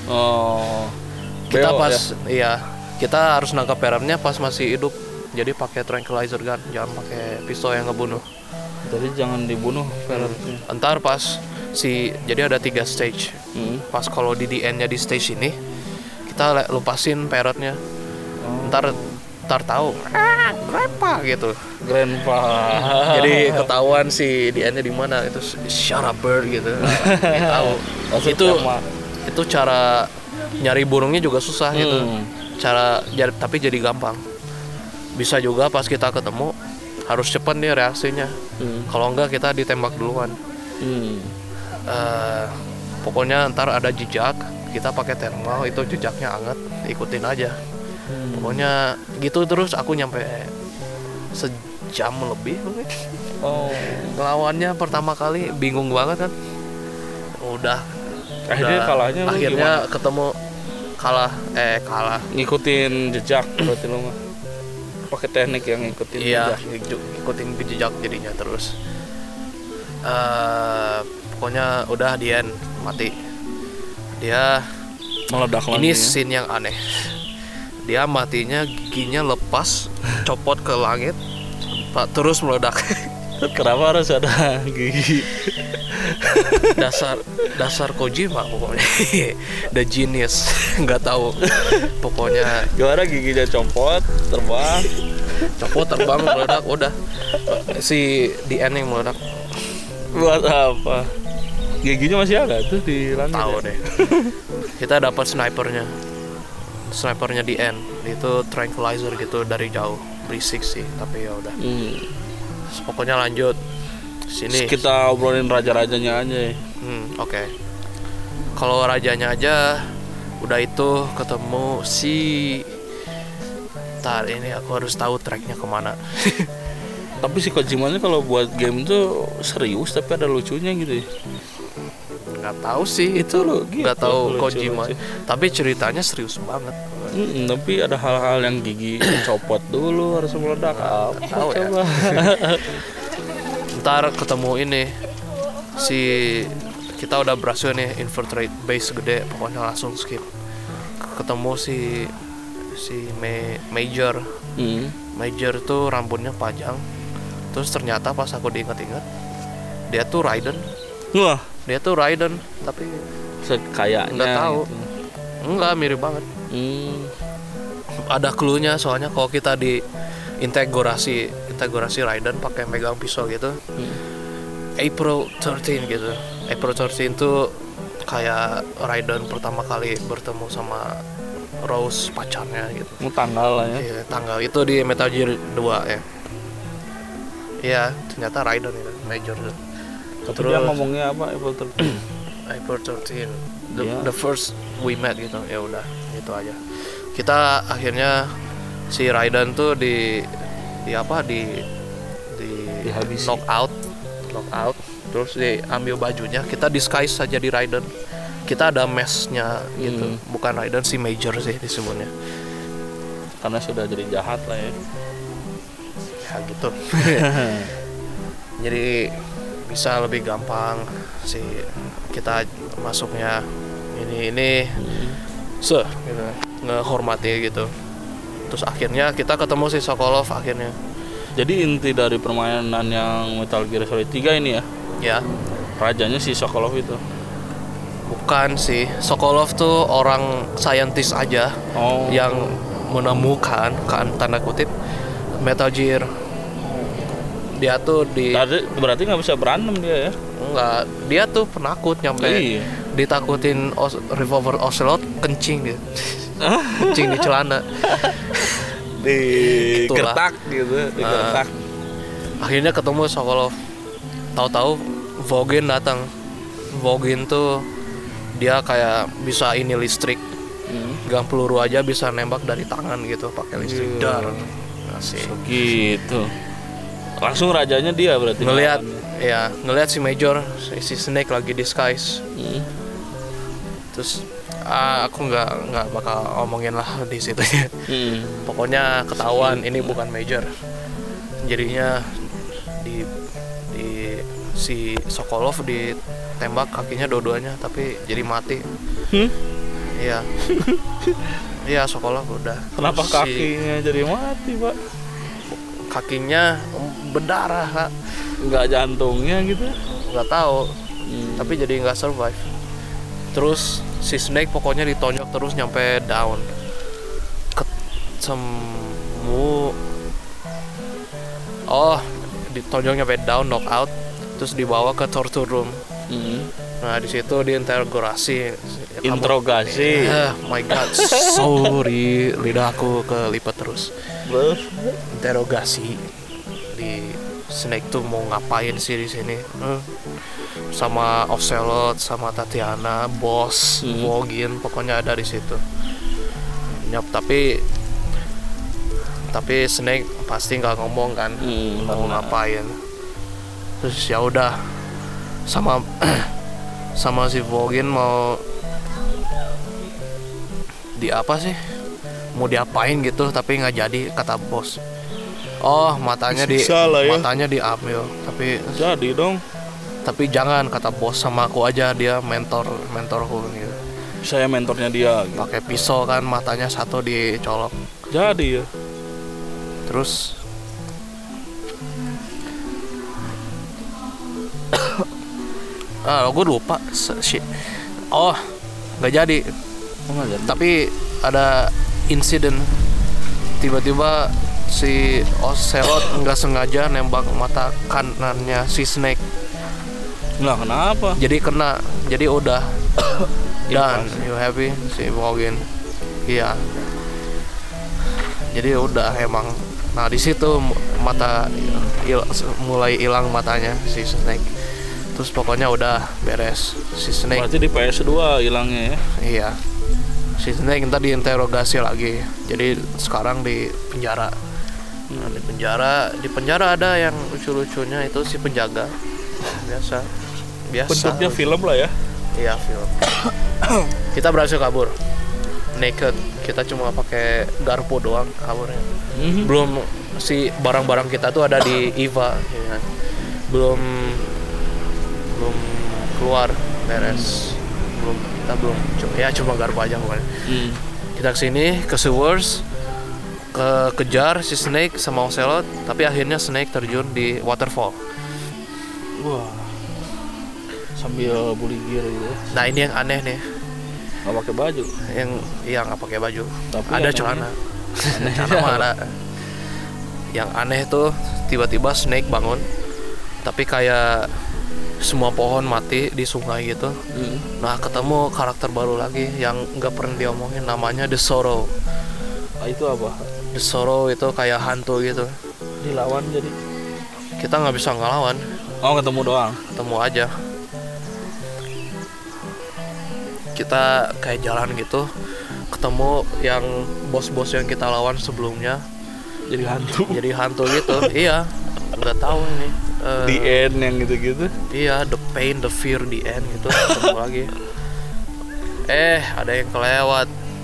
Kita kita harus nangkap parrotnya pas masih hidup. Jadi pakai tranquilizer gun, jangan pakai pistol yang ngebunuh. Jadi jangan dibunuh parrotnya. Entar pas jadi ada 3 stage. Pas kalau di The End-nya di stage ini kita lepasin parrotnya. Ntar tahu grandpa gitu. Jadi ketahuan si The End-nya di mana, itu shut up bird gitu. Tahu. Itu cara nyari burungnya juga susah gitu. Tapi jadi gampang. Bisa juga pas kita ketemu harus cepat nih reaksinya. Kalau enggak kita ditembak duluan. Pokoknya ntar ada jejak, kita pakai thermal, itu jejaknya hangat, ikutin aja. Pokoknya gitu terus aku nyampe sejam lebih mungkin. Ngelawannya pertama kali bingung banget kan. Udah Akhirnya ketemu kalah ngikutin jejak berarti lo mah pakai teknik yang ngikutin jejak. Ngikutin jejak jadinya terus pokoknya udah dia mati. Dia meledak lagi. Ini scene yang aneh. Dia matinya giginya lepas, copot ke langit, terus meledak. Kenapa harus ada gigi? dasar Kojima pokoknya. The genius. Nggak tahu. Pokoknya gimana giginya copot, terbang meledak udah. Si di ending meledak. Buat apa? Giginya masih ada tuh di langit. Tahu deh. Kita dapat snipernya di end. Itu tranquilizer gitu dari jauh. Berisik sih, tapi ya udah. Pokoknya lanjut sini. Kita obrolin raja-rajanya aja. Oke. Kalau rajanya aja udah itu ketemu si. Ntar ini aku harus tahu tracknya kemana. Tapi si Kojimanya kalau buat game tuh serius tapi ada lucunya gitu ya. Nggak tahu sih itu lo. Nggak tahu Kojima. Tapi ceritanya serius banget. Tapi ada hal-hal yang gigi copot dulu harus meledak. Tahu ya. Ntar ketemu ini si kita udah berhasil nih infiltrate base gede, pokoknya langsung skip. Ketemu si Major. Major tuh rambutnya panjang. Terus ternyata pas aku diingat-ingat dia tuh Raiden. Wah, dia tuh Raiden tapi kayaknya nggak tahu. Gitu. Enggak, mirip banget. Ada cluenya soalnya kalau kita di integrasi Raiden pakai megang pisau gitu. April 13 gitu. April 13 tuh kayak Raiden pertama kali bertemu sama Rose pacarnya gitu. Tanggal lah ya. Iya, tanggal itu di Metal Gear 2 ya. Iya, ternyata Raiden itu Major. Tapi dia ngomongnya apa April 13? April 13. The first we met gitu. Ya udah, itu aja. Kita akhirnya si Raiden tuh di knock out, terus diambil bajunya, kita disguise saja di Raiden. Kita ada mask-nya gitu. Bukan Raiden, si Major sih disebutnya. Karena sudah jadi jahat lah ya. Ya gitu. Jadi bisa lebih gampang sih kita masuknya ini gitu, ngehormati gitu. Terus akhirnya kita ketemu si Sokolov akhirnya. Jadi inti dari permainan yang Metal Gear Solid 3 ini ya? Ya. Rajanya si Sokolov itu? Bukan sih, Sokolov tuh orang saintis aja yang menemukan, kan tanda kutip, Metal Gear. Dia tuh berarti nggak bisa berantem dia ya? Enggak, dia tuh penakut nyampe ditakutin revolver Ocelot kencing dia. Kencing di celana. Gertak gitu, digertak. Akhirnya ketemu Sokolov. Tahu-tahu Vogin datang. Vogin tuh dia kayak bisa ini listrik. Gang peluru aja bisa nembak dari tangan gitu pakai listrik. Dar. Asik. Gitu. Langsung rajanya dia berarti. Ngelihat si Major, si Snake lagi disguise. Terus aku nggak bakal ngomongin lah di situ. Pokoknya ketahuan ini bukan Major. Jadinya di si Sokolov ditembak kakinya dua-duanya tapi jadi mati. Iya. Iya, Sokolov udah. Kenapa kakinya jadi mati, Pak? Kakinya berdarah, Kak. Nggak jantungnya gitu? Nggak tahu. Tapi jadi nggak survive. Terus si Snake pokoknya ditonjok terus nyampe down. Ditonjok nyampe down, knock out, terus dibawa ke torture room. Nah di situ diinterogasi. My God, sorry, lidahku kelipet terus. Interogasi di Snake tuh mau ngapain sih di sini? Sama Ocelot, sama Tatiana, Boss, Vogin, pokoknya ada di situ. Tapi Snake pasti nggak ngomong kan, mau ngapain. Terus ya udah, sama sama si Vogin mau di apa sih, mau diapain gitu, tapi nggak jadi kata bos. Oh, matanya ya. Matanya diambil, tapi jadi dong. Tapi jangan kata bos, sama aku aja, dia mentorku gitu. Saya mentornya dia gitu. Pakai pisau kan, matanya satu dicolok. Jadi ya. Terus gue lupa shit. Oh, nggak jadi. Tapi ada insiden, tiba-tiba si Ocelot nggak sengaja nembak mata kanannya si Snake. Nah, kenapa? Jadi kena, jadi udah. Dan you happy si Vogin. Iya. Jadi udah emang. Nah, di situ mata mulai hilang matanya si Snake. Terus pokoknya udah beres si Snake. Berarti di PS2 hilangnya ya? Iya. Si Snake ntar diinterogasi lagi. Jadi sekarang di penjara. Nah, di penjara ada yang lucu-lucunya itu si penjaga. Biasa. Bentuknya film lah ya. Iya, film. Kita berhasil kabur. Naked. Kita cuma pakai garpu doang kaburnya. Belum si barang-barang kita tuh ada di Eva, ya kan? Belum keluar beres. Kita belum cuma garpu aja pokoknya. Kita kesini ke sewers, kejar si Snake sama Ocelot, tapi akhirnya Snake terjun di waterfall. Wah, sambil bully gear gitu. Nah, ini yang aneh nih, nggak pakai baju. Yang nggak pakai baju, tapi ada celana. Celana mah ada. Yang aneh tuh tiba-tiba Snake bangun, tapi kayak semua pohon mati di sungai gitu. Nah, ketemu karakter baru lagi yang nggak pernah diomongin, namanya The Sorrow. Itu apa? The Sorrow itu kayak hantu gitu. Dilawan jadi? Kita nggak bisa ngelawan. Oh, ketemu doang? Ketemu aja. Kita kayak jalan gitu, ketemu yang bos-bos yang kita lawan sebelumnya. Jadi hantu gitu. Iya, nggak tahu ini. The end yang gitu-gitu. Iya, the pain, the fear, the end gitu. Ketemu lagi. Ada yang kelewat.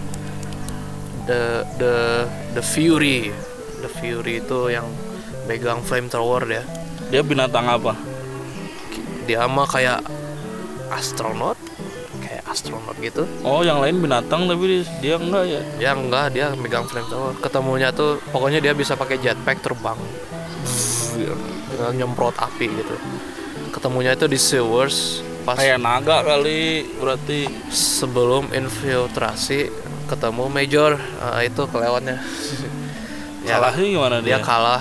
The Fury. The Fury itu yang megang flamethrower dia. Dia binatang apa? Dia mah kayak astronot gitu. Oh, yang lain binatang tapi dia enggak ya? Dia enggak, dia megang flamethrower. Ketemunya tuh pokoknya dia bisa pakai jetpack terbang. Dengan nyemprot api gitu. Ketemunya itu di sewers pas kayak naga kali berarti. Sebelum infiltrasi ketemu Major. Itu kelewatnya. Kalahnya gimana dia? Dia kalah.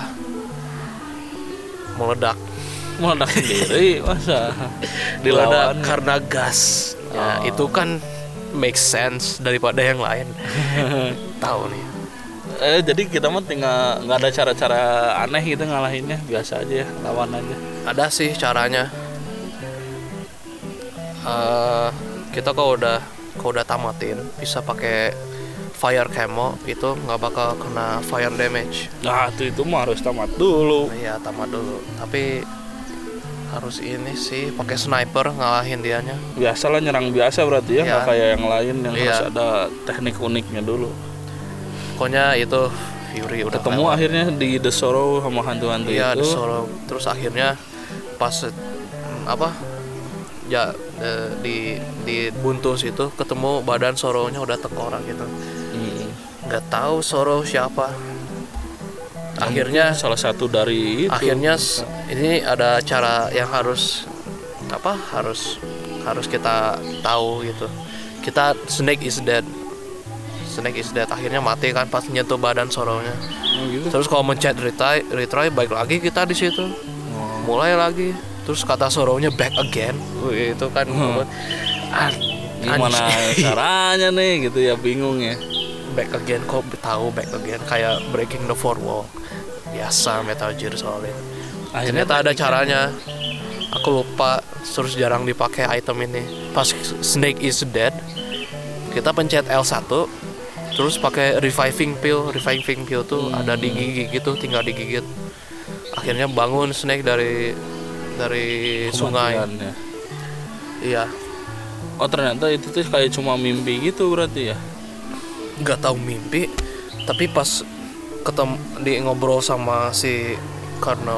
Meledak sendiri masa dilawan karena gas. Ya, itu kan make sense daripada yang lain. Tahu nih. Jadi kita mah tinggal nggak ada cara-cara aneh gitu ngalahinnya, biasa aja ya, lawan aja. Ada sih caranya. Kita kalau udah tamatin bisa pakai fire camo, itu nggak bakal kena fire damage. Nah, itu mah harus tamat dulu. Iya, tamat dulu. Tapi harus ini sih pakai sniper ngalahin dianya. Biasalah nyerang biasa berarti ya, nggak kayak yang lain yang harus Iya. ada teknik uniknya dulu. Pokoknya itu Fury udah ketemu lewat. Akhirnya di The Sorrow sama hantu-hantu itu. Iya, The Sorrow. Terus akhirnya pas di buntus itu ketemu badan Sorrow-nya udah tengkorak gitu. Nggak tahu Sorrow siapa. Akhirnya salah satu dari itu. Akhirnya ini ada cara yang harus kita tahu gitu. Snake is dead. Akhirnya mati kan pas nyentuh badan Sorrow-nya. Gitu. Terus kalau mencet retry balik lagi kita di situ. Mulai lagi. Terus kata Sorrow-nya back again. Itu kan gimana caranya nih gitu ya, bingung ya. Back again, kok tahu back again, kayak breaking the fourth wall. Biasa Metal Gear soalnya. Akhirnya tak ada caranya. Aku lupa, terus jarang dipakai item ini. Pas Snake is dead, kita pencet L1, terus pakai reviving pill tuh ada di gigi gitu, tinggal digigit. Akhirnya bangun Snake dari sungai. Ya. Iya, Oh ternyata itu tuh kayak cuma mimpi gitu berarti ya? Nggak tahu mimpi, tapi pas ketemu di ngobrol sama si Karno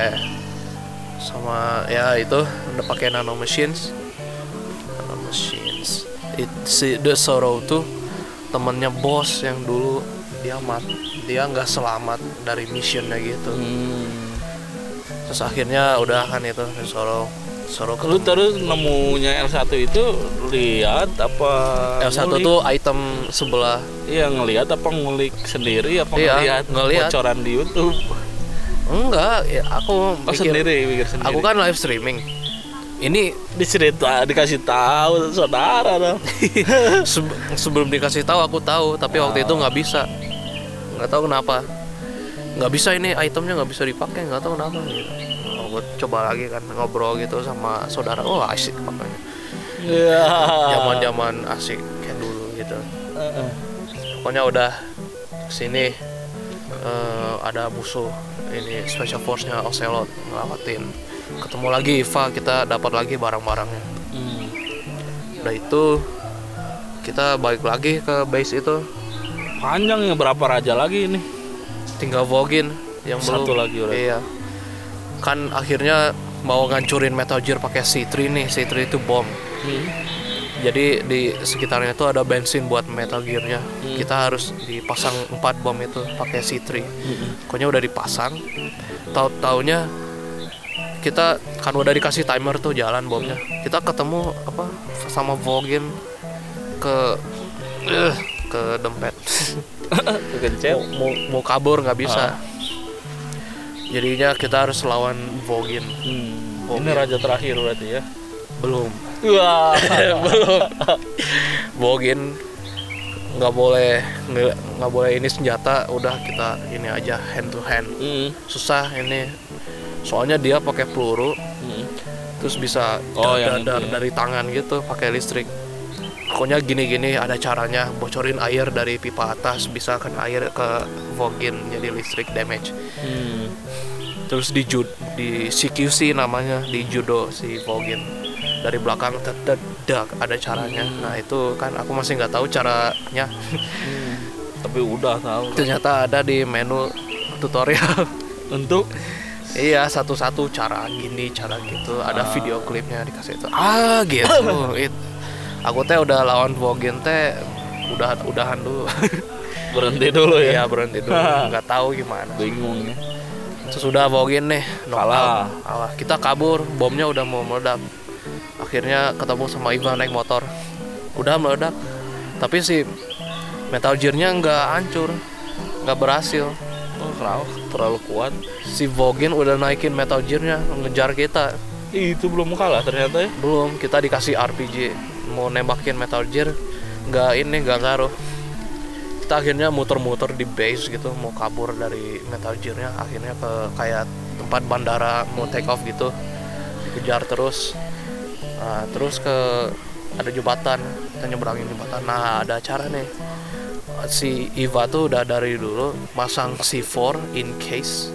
sama ya itu udah pakai nano machines. Si The Sorrow tuh temennya bos yang dulu dia nggak selamat dari missionnya gitu. Terus akhirnya udah kan itu The Sorrow Lu terus nemunya L1 itu lihat apa L1 ngulik? tuh item sebelah. Iya ngelihat apa ngulik sendiri apa Iya, ngelihat bocoran di YouTube? Enggak, ya aku Pikir sendiri. Aku kan live streaming. Ini dikasih tahu saudara dong. Sebelum dikasih tahu aku tahu, tapi waktu itu nggak bisa. Nggak tahu kenapa. Nggak bisa, ini itemnya nggak bisa dipakai, nggak tahu kenapa gitu. Aku coba lagi kan ngobrol gitu sama saudara. Oh asik makanya. Zaman asik kayak dulu gitu. Pokoknya udah sini ada musuh ini special force-nya Ocelot ngelawatin. Ketemu lagi Eva, kita dapat lagi barang-barangnya. Udah itu kita balik lagi ke base itu. Panjangnya berapa raja lagi ini? Tinggal Vogin yang satu belum. lagi udah. Iya. Kan akhirnya mau ngancurin Metal Gear pakai C3 nih. C3 itu bom. Jadi di sekitarnya itu ada bensin buat Metal Gear-nya. Kita harus dipasang 4 bom itu pakai C3. Pokoknya udah dipasang. Tahu-taunya kita kan udah dikasih timer tuh jalan bomnya. Kita ketemu apa sama Vogin ke dempet. Kegencet. Mau kabur nggak bisa. Jadinya kita harus lawan Vogin. Ini raja terakhir berarti ya? Belum. Wah. Belum. Vogin nggak boleh ini senjata, udah kita ini aja hand to hand. Susah ini. Soalnya dia pakai peluru. Terus bisa dari tangan gitu pakai listrik. Pokoknya gini-gini ada caranya, bocorin air dari pipa atas, bisa kena air ke Vogin jadi listrik damage. Terus di CQC namanya, di judo si Vogin dari belakang tedak ada caranya. Nah itu kan aku masih nggak tahu caranya. Tapi udah tahu. Ternyata ada di menu tutorial untuk iya satu-satu cara gini cara gitu, ada video klipnya dikasih itu. Gitu. Aku teh udah lawan Vogin teh udahan dulu. Berhenti dulu ya. Iya berhenti dulu. Nggak tahu gimana. Bingung ya. Sesudah Vogin nih kalah. Kita kabur, bomnya udah mau meledak. Akhirnya ketemu sama Ivan naik motor. Udah meledak. Tapi si Metal Gear-nya nggak hancur, nggak berhasil. Terlalu kuat. Si Vogin udah naikin Metal Gear-nya ngejar kita. Itu belum kalah ternyata ya? Belum, kita dikasih RPG mau nembakin Metal Gear, nggak ngaruh. Kita akhirnya muter-muter di base gitu, mau kabur dari Metal Gear-nya. Akhirnya ke kayak tempat bandara mau take off gitu, dikejar terus. Nah, terus ada jembatan, kita nyebrangin jembatan. Nah ada acara nih, si Eva tuh udah dari dulu masang C4 in case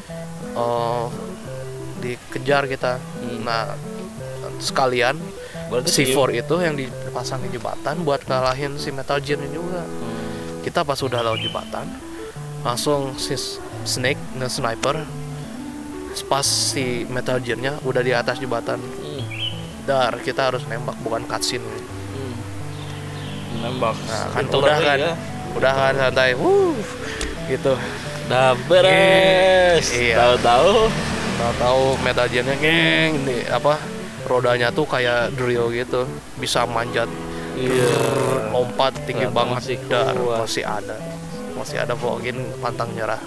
dikejar kita. Nah sekalian berarti C4 itu yang dipasang di jembatan buat kalahin si Metal Gear-nya juga. Kita pas udah lewat jembatan langsung si Snake nge-sniper pas si Metal Gear-nya udah di atas jembatan. Kita harus nembak, bukan cutscene. Nembak. Nah kan udah kan santai gitu. Udah beres. Iya. Tahu Metal Gear-nya ini rodanya tuh kayak drill gitu, bisa manjat. Lompat tinggi banget. Masih ada Vogin pantang nyerah.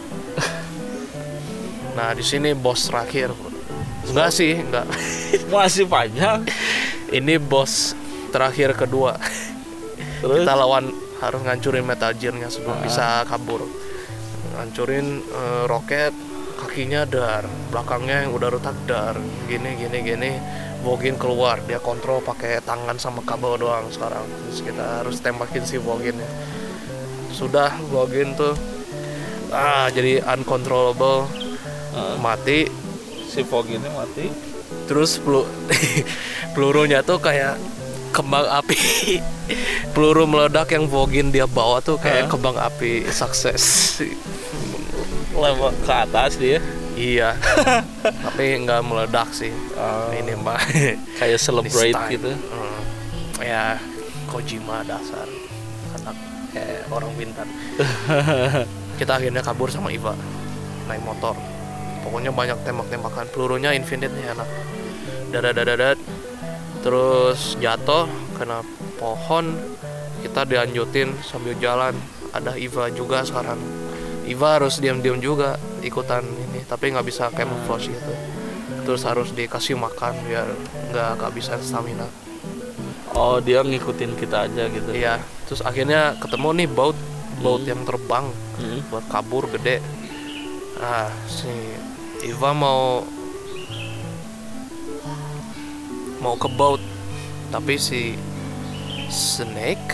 Nah di sini bos terakhir. Enggak. Masih panjang. Ini bos terakhir kedua. Terus? Kita harus ngancurin Metal Gear-nya sebelum bisa kabur. Ngancurin roket, kakinya dar, belakangnya yang udah retak dar. Gini. Vogin keluar, dia kontrol pakai tangan sama kabel doang sekarang. Terus kita harus tembakin si Vogin-nya. Sudah Vogin tuh jadi uncontrollable, mati. Si Vogin-nya mati. Terus pelurunya tuh kayak kembang api peluru meledak yang Vogin dia bawa tuh kayak kembang api sukses Lewat ke atas dia. iya tapi nggak meledak sih. Ini mah Kayak celebrate This time. gitu. Ya Kojima dasar anak kayak orang pintar. Kita akhirnya kabur sama Iva naik motor, pokoknya banyak tembak-tembakan, pelurunya infinite nih anak. Dadat terus jatuh kena pohon, kita dilanjutin sambil jalan. Ada Iva juga sekarang. Iva harus diam-diam juga ikutan ini, tapi nggak bisa camouflage gitu. Terus harus dikasih makan biar nggak kehabisan stamina. Oh, dia ngikutin kita aja gitu. Iya, terus akhirnya ketemu nih boat yang terbang buat kabur gede. Nah, si Iva mau ke boat, tapi si Snake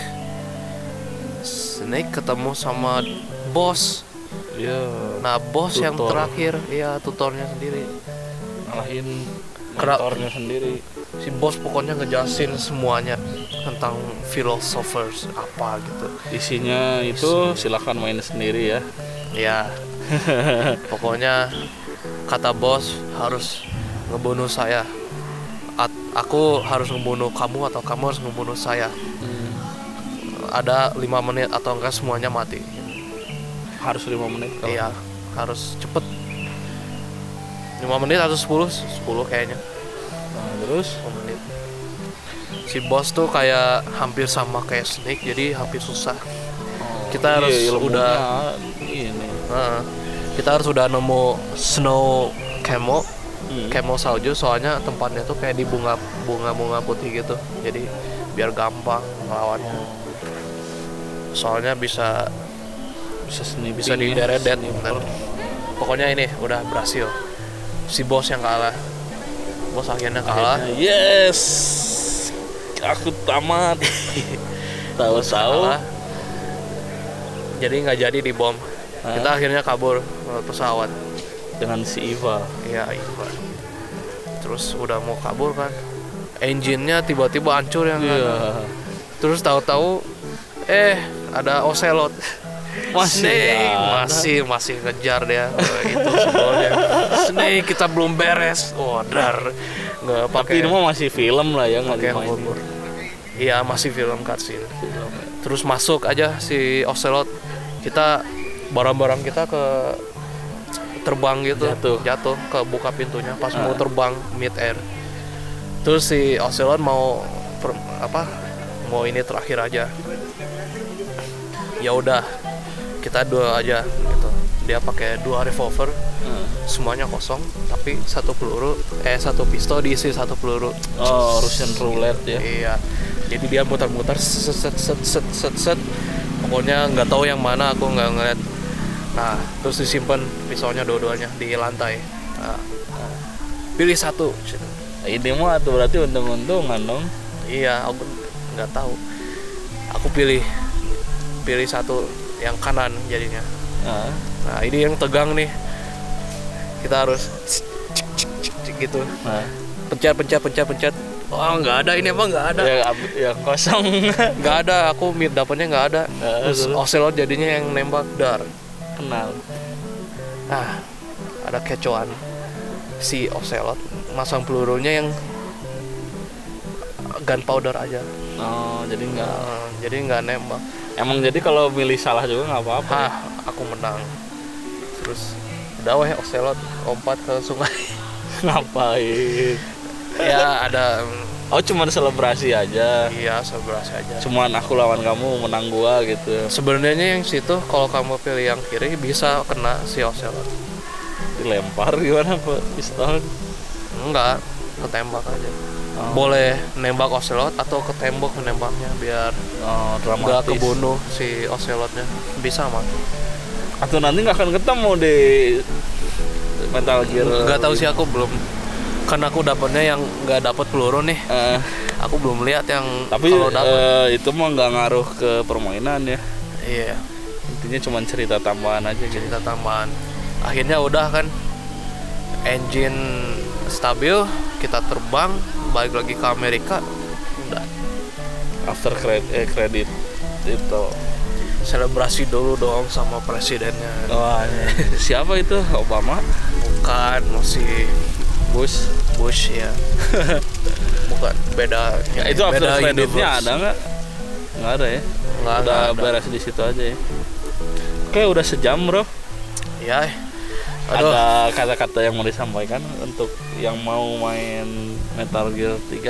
ketemu sama bos. Iya. Nah, bos yang Tutor. terakhir, ya tutornya sendiri. Ngalahin mentornya sendiri. Si bos pokoknya ngejelasin semuanya tentang philosophers apa gitu. Isinya itu silakan main sendiri ya. Ya, pokoknya kata bos harus ngebunuh saya. Aku harus ngebunuh kamu atau kamu harus ngebunuh saya. Ada 5 menit atau enggak semuanya mati. Harus 5 menit. Iya, harus cepet. 5 menit atau 10 kayaknya. Nah, terus 5 menit. Si bos tuh kayak hampir sama kayak Snake, jadi hampir susah. Kita harus kita harus udah nemu snow camel salju, soalnya tempatnya tuh kayak di bunga putih gitu, jadi biar gampang ngelawannya. Soalnya bisa dideredet. Pokoknya ini udah berhasil. Si bos yang kalah. Bos akhirnya kalah. Yes, aku tamat. Tahu-tahu. Jadi nggak jadi dibom. Kita akhirnya kabur lewat pesawat dengan si Iva. Iya, Iva. Terus udah mau kabur kan, engine-nya tiba-tiba hancur yang Terus tahu-tahu ada Ocelot. Snake masih ngejar dia. Itu sebelumnya Snake, kita belum beres. Dar nggak pakai. Tapi ini mah masih film lah ya, nggak pakai umur. Iya, masih film cutscene. Terus masuk aja si Ocelot. Kita barang-barang kita terbang gitu, jatuh ke buka pintunya pas mau terbang mid air. Terus si Ocelot mau ini terakhir aja. Ya udah, kita dua aja gitu. Dia pakai 2 revolver, semuanya kosong, tapi 1 pistol diisi 1 peluru. Oh, Russian roulette ya. Iya. Jadi dia muter-muter set. Pokoknya nggak tahu yang mana, aku nggak ngeliat. Nah, terus disimpan pisaunya dua-duanya di lantai. Nah, pilih 1. Ini mah tuh berarti untung-untungan dong. Iya, aku nggak tahu. Aku pilih 1 yang kanan jadinya. Nah, ini yang tegang nih. Kita harus gitu. Pencet. Oh, nggak ada, ini emang nggak ada. Ya kosong. Nggak ada, aku mid dapetnya nggak ada. Terus Ocelot jadinya yang nembak dar. Kenal. Nah, ada kecoan. Si Ocelot masang pelurunya yang gunpowder aja. Oh, jadi nggak nembak. Emang jadi kalau milih salah juga nggak apa-apa. Aku menang. Terus udah Ocelot lompat ke sungai. Ngapain? Ya ada. Oh, cuman selebrasi aja. Iya, selebrasi aja. Cuman aku lawan kamu, menang gua gitu. Sebenarnya yang situ kalau kamu pilih yang kiri bisa kena si Ocelot. Dilempar gimana Pak? Pistol? Enggak, ketembak aja. Boleh nembak Ocelot atau ketembak menembaknya biar dramatis. Nggak kebunuh si Ocelotnya. Bisa mah. Atau nanti nggak akan ketemu di Metal Gear. Nggak tahu sih, aku belum. Karena aku dapatnya yang nggak dapat peluru nih. Aku belum lihat yang. Tapi kalau dapat itu mah nggak ngaruh ke permainan ya. Iya. Intinya cuma cerita tambahan aja gitu. Cerita tambahan. Akhirnya udah kan, engine stabil, kita terbang balik lagi ke Amerika. Udah after credit itu. Selebrasi dulu dong sama presidennya. Wah, siapa itu? Obama? Bukan, masih Bush ya. Bukan, beda. Ya, itu after beda creditnya universe. ada nggak? Nggak ada ya. Nggak Udah ada. beres di situ aja ya. Oke, udah sejam bro. Ya. Aduh. Ada kata-kata yang mau disampaikan untuk yang mau main Metal Gear 3?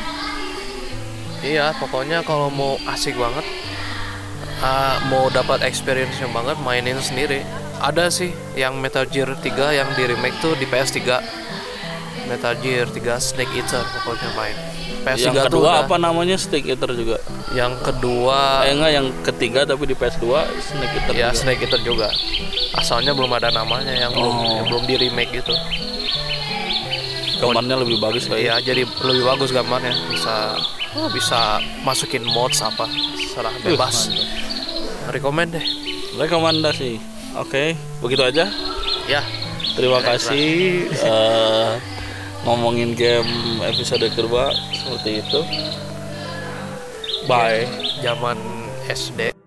Iya, pokoknya kalau mau asik banget, mau dapat experience yang banget, mainin sendiri. Ada sih yang Metal Gear 3 yang di remake tuh di PS3. Metal Gear 3 Snake Eater pokoknya main. PS3 Yang tuh kedua udah. apa namanya? Snake Eater juga. Yang kedua Enggak, yang ketiga tapi di PS2 Snake Eater ya juga. Snake Eater juga. Asalnya belum ada namanya, yang belum di remake gitu. Gambarnya lebih bagus lah ya. Iya, jadi lebih bagus gambarnya. Bisa masukin mods apa, serah bebas. Rekomend deh. Rekomendasi. Oke, begitu aja. Ya, Terima kasih ngomongin game episode kedua seperti itu. Bye. zaman SD.